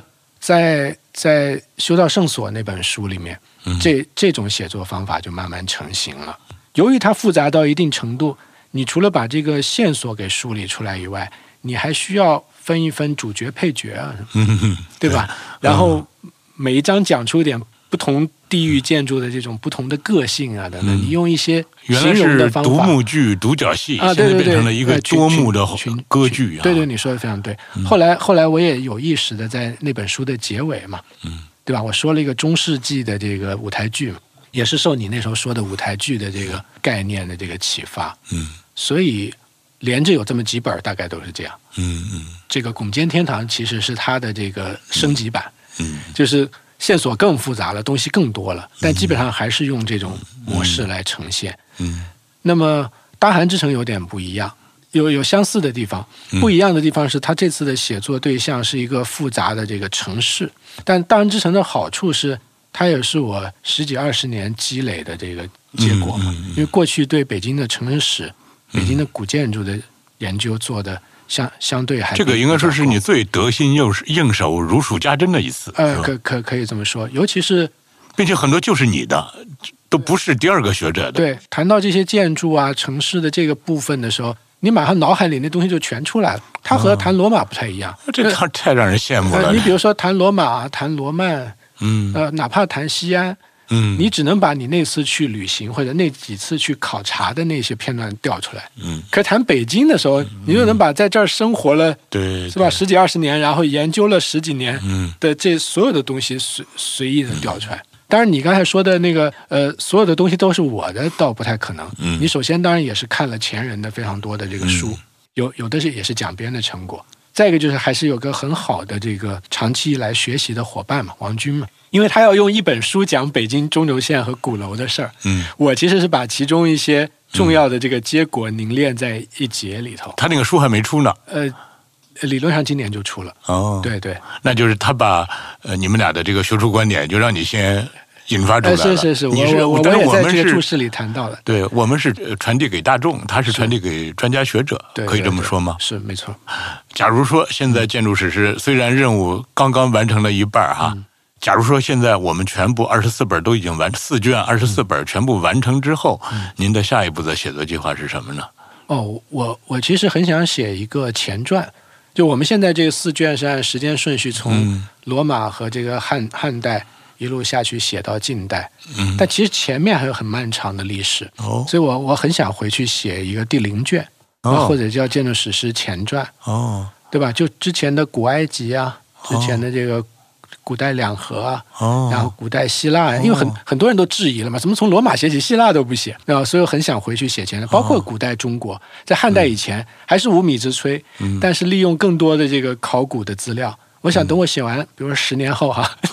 在修道圣所那本书里面，这种写作方法就慢慢成型了。由于它复杂到一定程度，你除了把这个线索给梳理出来以外，你还需要分一分主角配角啊，对吧？然后每一章讲出一点不同地域建筑的这种不同的个性啊等等，你用一些形容的方法， 原来是独幕剧、独角戏， 啊， 现在变成了一个多幕的歌剧。 对，你说的非常对。后来我也有意识的在那本书的结尾嘛，对吧？我说了一个中世纪的这个舞台剧，也是受你那时候说的舞台剧的这个概念的这个启发。所以连着有这么几本，大概都是这样。这个《拱肩天堂》其实是它的这个升级版，就是线索更复杂了，东西更多了，但基本上还是用这种模式来呈现。那么《大寒之城》有点不一样，有相似的地方，不一样的地方是他这次的写作对象是一个复杂的这个城市，但《大寒之城》的好处是，它也是我10几20年积累的这个结果嘛。因为过去对北京的城市史、北京的古建筑的研究做的相对还这个应该说是你最得心应手、如数家珍的一次。 可以这么说，尤其是并且很多就是你的，都不是第二个学者的。 对，谈到这些建筑啊、城市的这个部分的时候，你马上脑海里那东西就全出来了。它和谈罗马不太一样， 这太让人羡慕了。 你比如说谈罗马、谈罗曼，哪怕谈西安，你只能把你那次去旅行或者那几次去考察的那些片段调出来。可谈北京的时候，你就能把在这儿生活了， 对， 是吧？10几20年，然后研究了10几年的这所有的东西随意的调出来。当然，你刚才说的那个所有的东西都是我的，倒不太可能。你首先当然也是看了前人的非常多的这个书，有的也是讲编的成果。再一个就是还是有个很好的这个长期以来学习的伙伴嘛，王军嘛，因为他要用一本书讲北京中轴线和鼓楼的事儿。我其实是把其中一些重要的这个结果凝练在一节里头。 他那个书还没出呢。 理论上今年就出了。对， 那就是他把你们俩的这个学术观点就让你先引发出来了。 是，我也在这个注释里谈到了。 对，我们是传递给大众，他是传递给专家学者，可以这么说吗？ 是，没错。 假如说现在建筑史诗虽然任务刚刚完成了一半哈，假如说现在我们全部24本都已经4卷24本全部完成之后，您的下一步的写作计划是什么呢？ 我其实很想写一个前传。就我们现在这个4卷是按时间顺序从罗马和这个汉代一路下去写到近代，但其实前面还有很漫长的历史，所以我很想回去写一个第0卷，或者叫建筑史诗前传，对吧？就之前的古埃及啊，之前的这个古代两河啊，然后古代希腊，因为很多人都质疑了嘛，怎么从罗马写起，希腊都不写，所以我很想回去写前传，包括古代中国，在汉代以前还是无米之炊，但是利用更多的这个考古的资料，我想等我写完，比如说10年后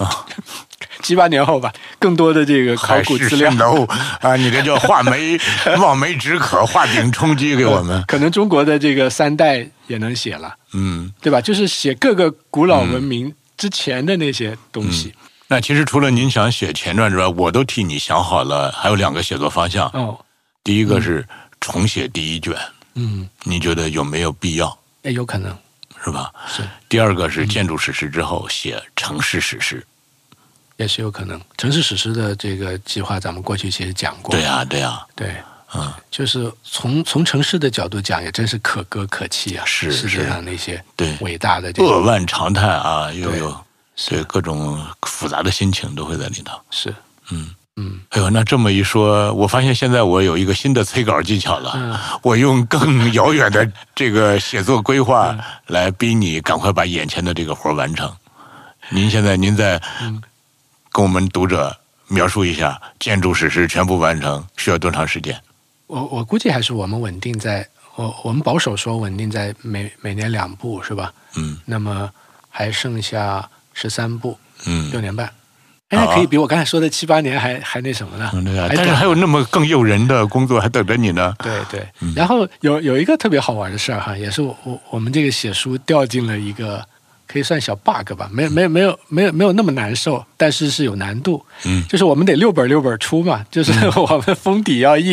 7、8年后吧，更多的这个考古资料啊，你这叫画眉望梅止渴，画饼充饥给我们。 可能中国的这个3代也能写了，对吧？就是写各个古老文明之前的那些东西。 那其实除了您想写前传之外，我都替你想好了，还有2个写作方向。第一个是重写第1卷，你觉得有没有必要？ 有可能， 是吧？ 是。 第2个是建筑史诗之后写城市史诗， 也是有可能。城市史诗的这个计划，咱们过去其实讲过。 对呀。 就是从城市的角度讲，也真是可歌可泣啊！世界上那些伟大的扼腕长叹啊，又有对各种复杂的心情都会在里头。 是， 哎呦，那这么一说，我发现现在我有一个新的催稿技巧了。我用更遥远的这个写作规划来逼你赶快把眼前的这个活完成。您在跟我们读者描述一下，建筑史诗全部完成需要多长时间？ 我估计还是我们稳定在我们保守说稳定在每年2部是吧？那么还剩下13部，6年半。可以比我刚才说的7、8年还那什么呢？ 但是还有那么更诱人的工作还等着你呢。 对。然后有一个特别好玩的事儿哈，也是我们这个写书掉进了一个可以算小 bug 吧，没有那么难受，但是有难度。就是我们得6本出嘛，就是我们封底要印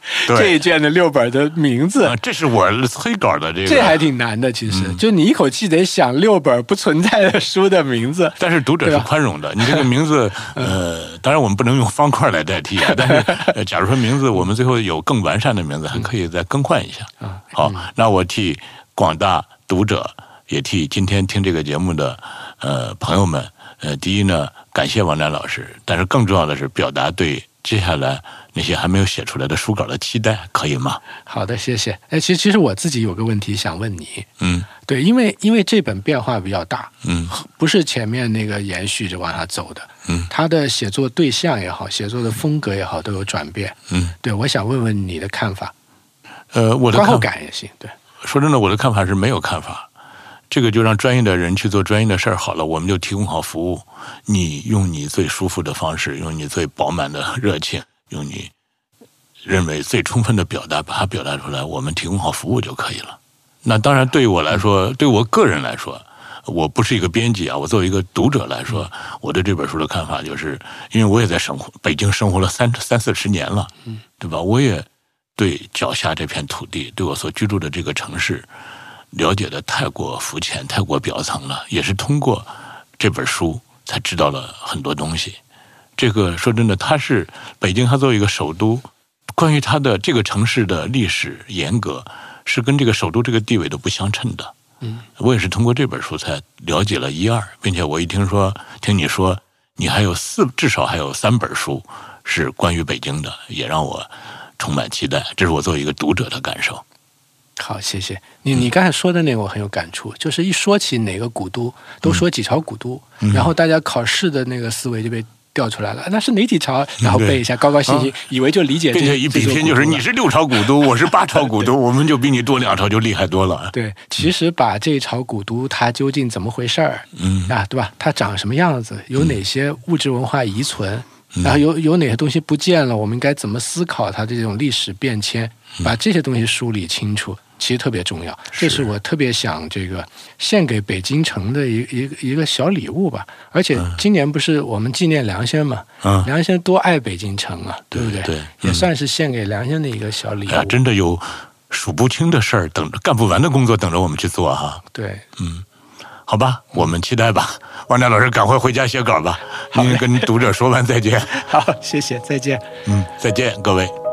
这一卷的6本的名字。 这是我催稿的这还挺难的，其实就你一口气得想6本不存在的书的名字。 但是读者是宽容的，你这个名字，当然我们不能用方块来代替啊。但是，假如说名字我们最后有更完善的名字，还可以再更换一下。好，那我替广大读者，也替今天听这个节目的朋友们，第一呢，感谢王楠老师，但是更重要的是表达对接下来那些还没有写出来的书稿的期待，可以吗？ 好的，谢谢。其实我自己有个问题想问你。对，因为这本变化比较大，不是前面那个延续着往下走的，他的写作对象也好，写作的风格也好，都有转变。对，我想问问你的看法。 我的观后感也行。对， 说真的，我的看法是没有看法。这个就让专业的人去做专业的事儿好了，我们就提供好服务。你用你最舒服的方式，用你最饱满的热情，用你认为最充分的表达，把它表达出来，我们提供好服务就可以了。那当然，对于我来说，对我个人来说，我不是一个编辑啊，我作为一个读者来说，我对这本书的看法就是，因为我也在北京生活了30-40年了，对吧？我也对脚下这片土地，对我所居住的这个城市，了解的太过肤浅，太过表层了，也是通过这本书才知道了很多东西。这个说真的，北京，它作为一个首都，关于它的这个城市的历史沿革，是跟这个首都这个地位都不相称的。我也是通过这本书才了解了1-2，并且我一听你说你至少还有3本书是关于北京的，也让我充满期待。这是我作为一个读者的感受。 好，谢谢你刚才说的那个我很有感触，就是一说起哪个古都，都说几朝古都，然后大家考试的那个思维就被调出来了，那是哪几朝？然后背一下，高高兴兴，以为就理解这。 并且一比拼就是你是6朝古都，我是8朝古都，我们就比你多2朝，就厉害多了。 对，其实把这朝古都它究竟怎么回事儿，对吧？它长什么样子？有哪些物质文化遗存？然后有哪些东西不见了？我们应该怎么思考它这种历史变迁？把这些东西梳理清楚，其实特别重要。这是我特别想献给北京城的一个小礼物吧。而且今年不是我们纪念梁先嘛？梁先多爱北京城啊，对不对？ 对， 也算是献给梁先的一个小礼物。 哎呀，真的有数不清的事儿干不完的工作等着我们去做哈。 对， 好吧，我们期待吧。王楠老师，赶快回家写稿吧。您跟读者说完再见。 好，谢谢，再见。 再见，各位。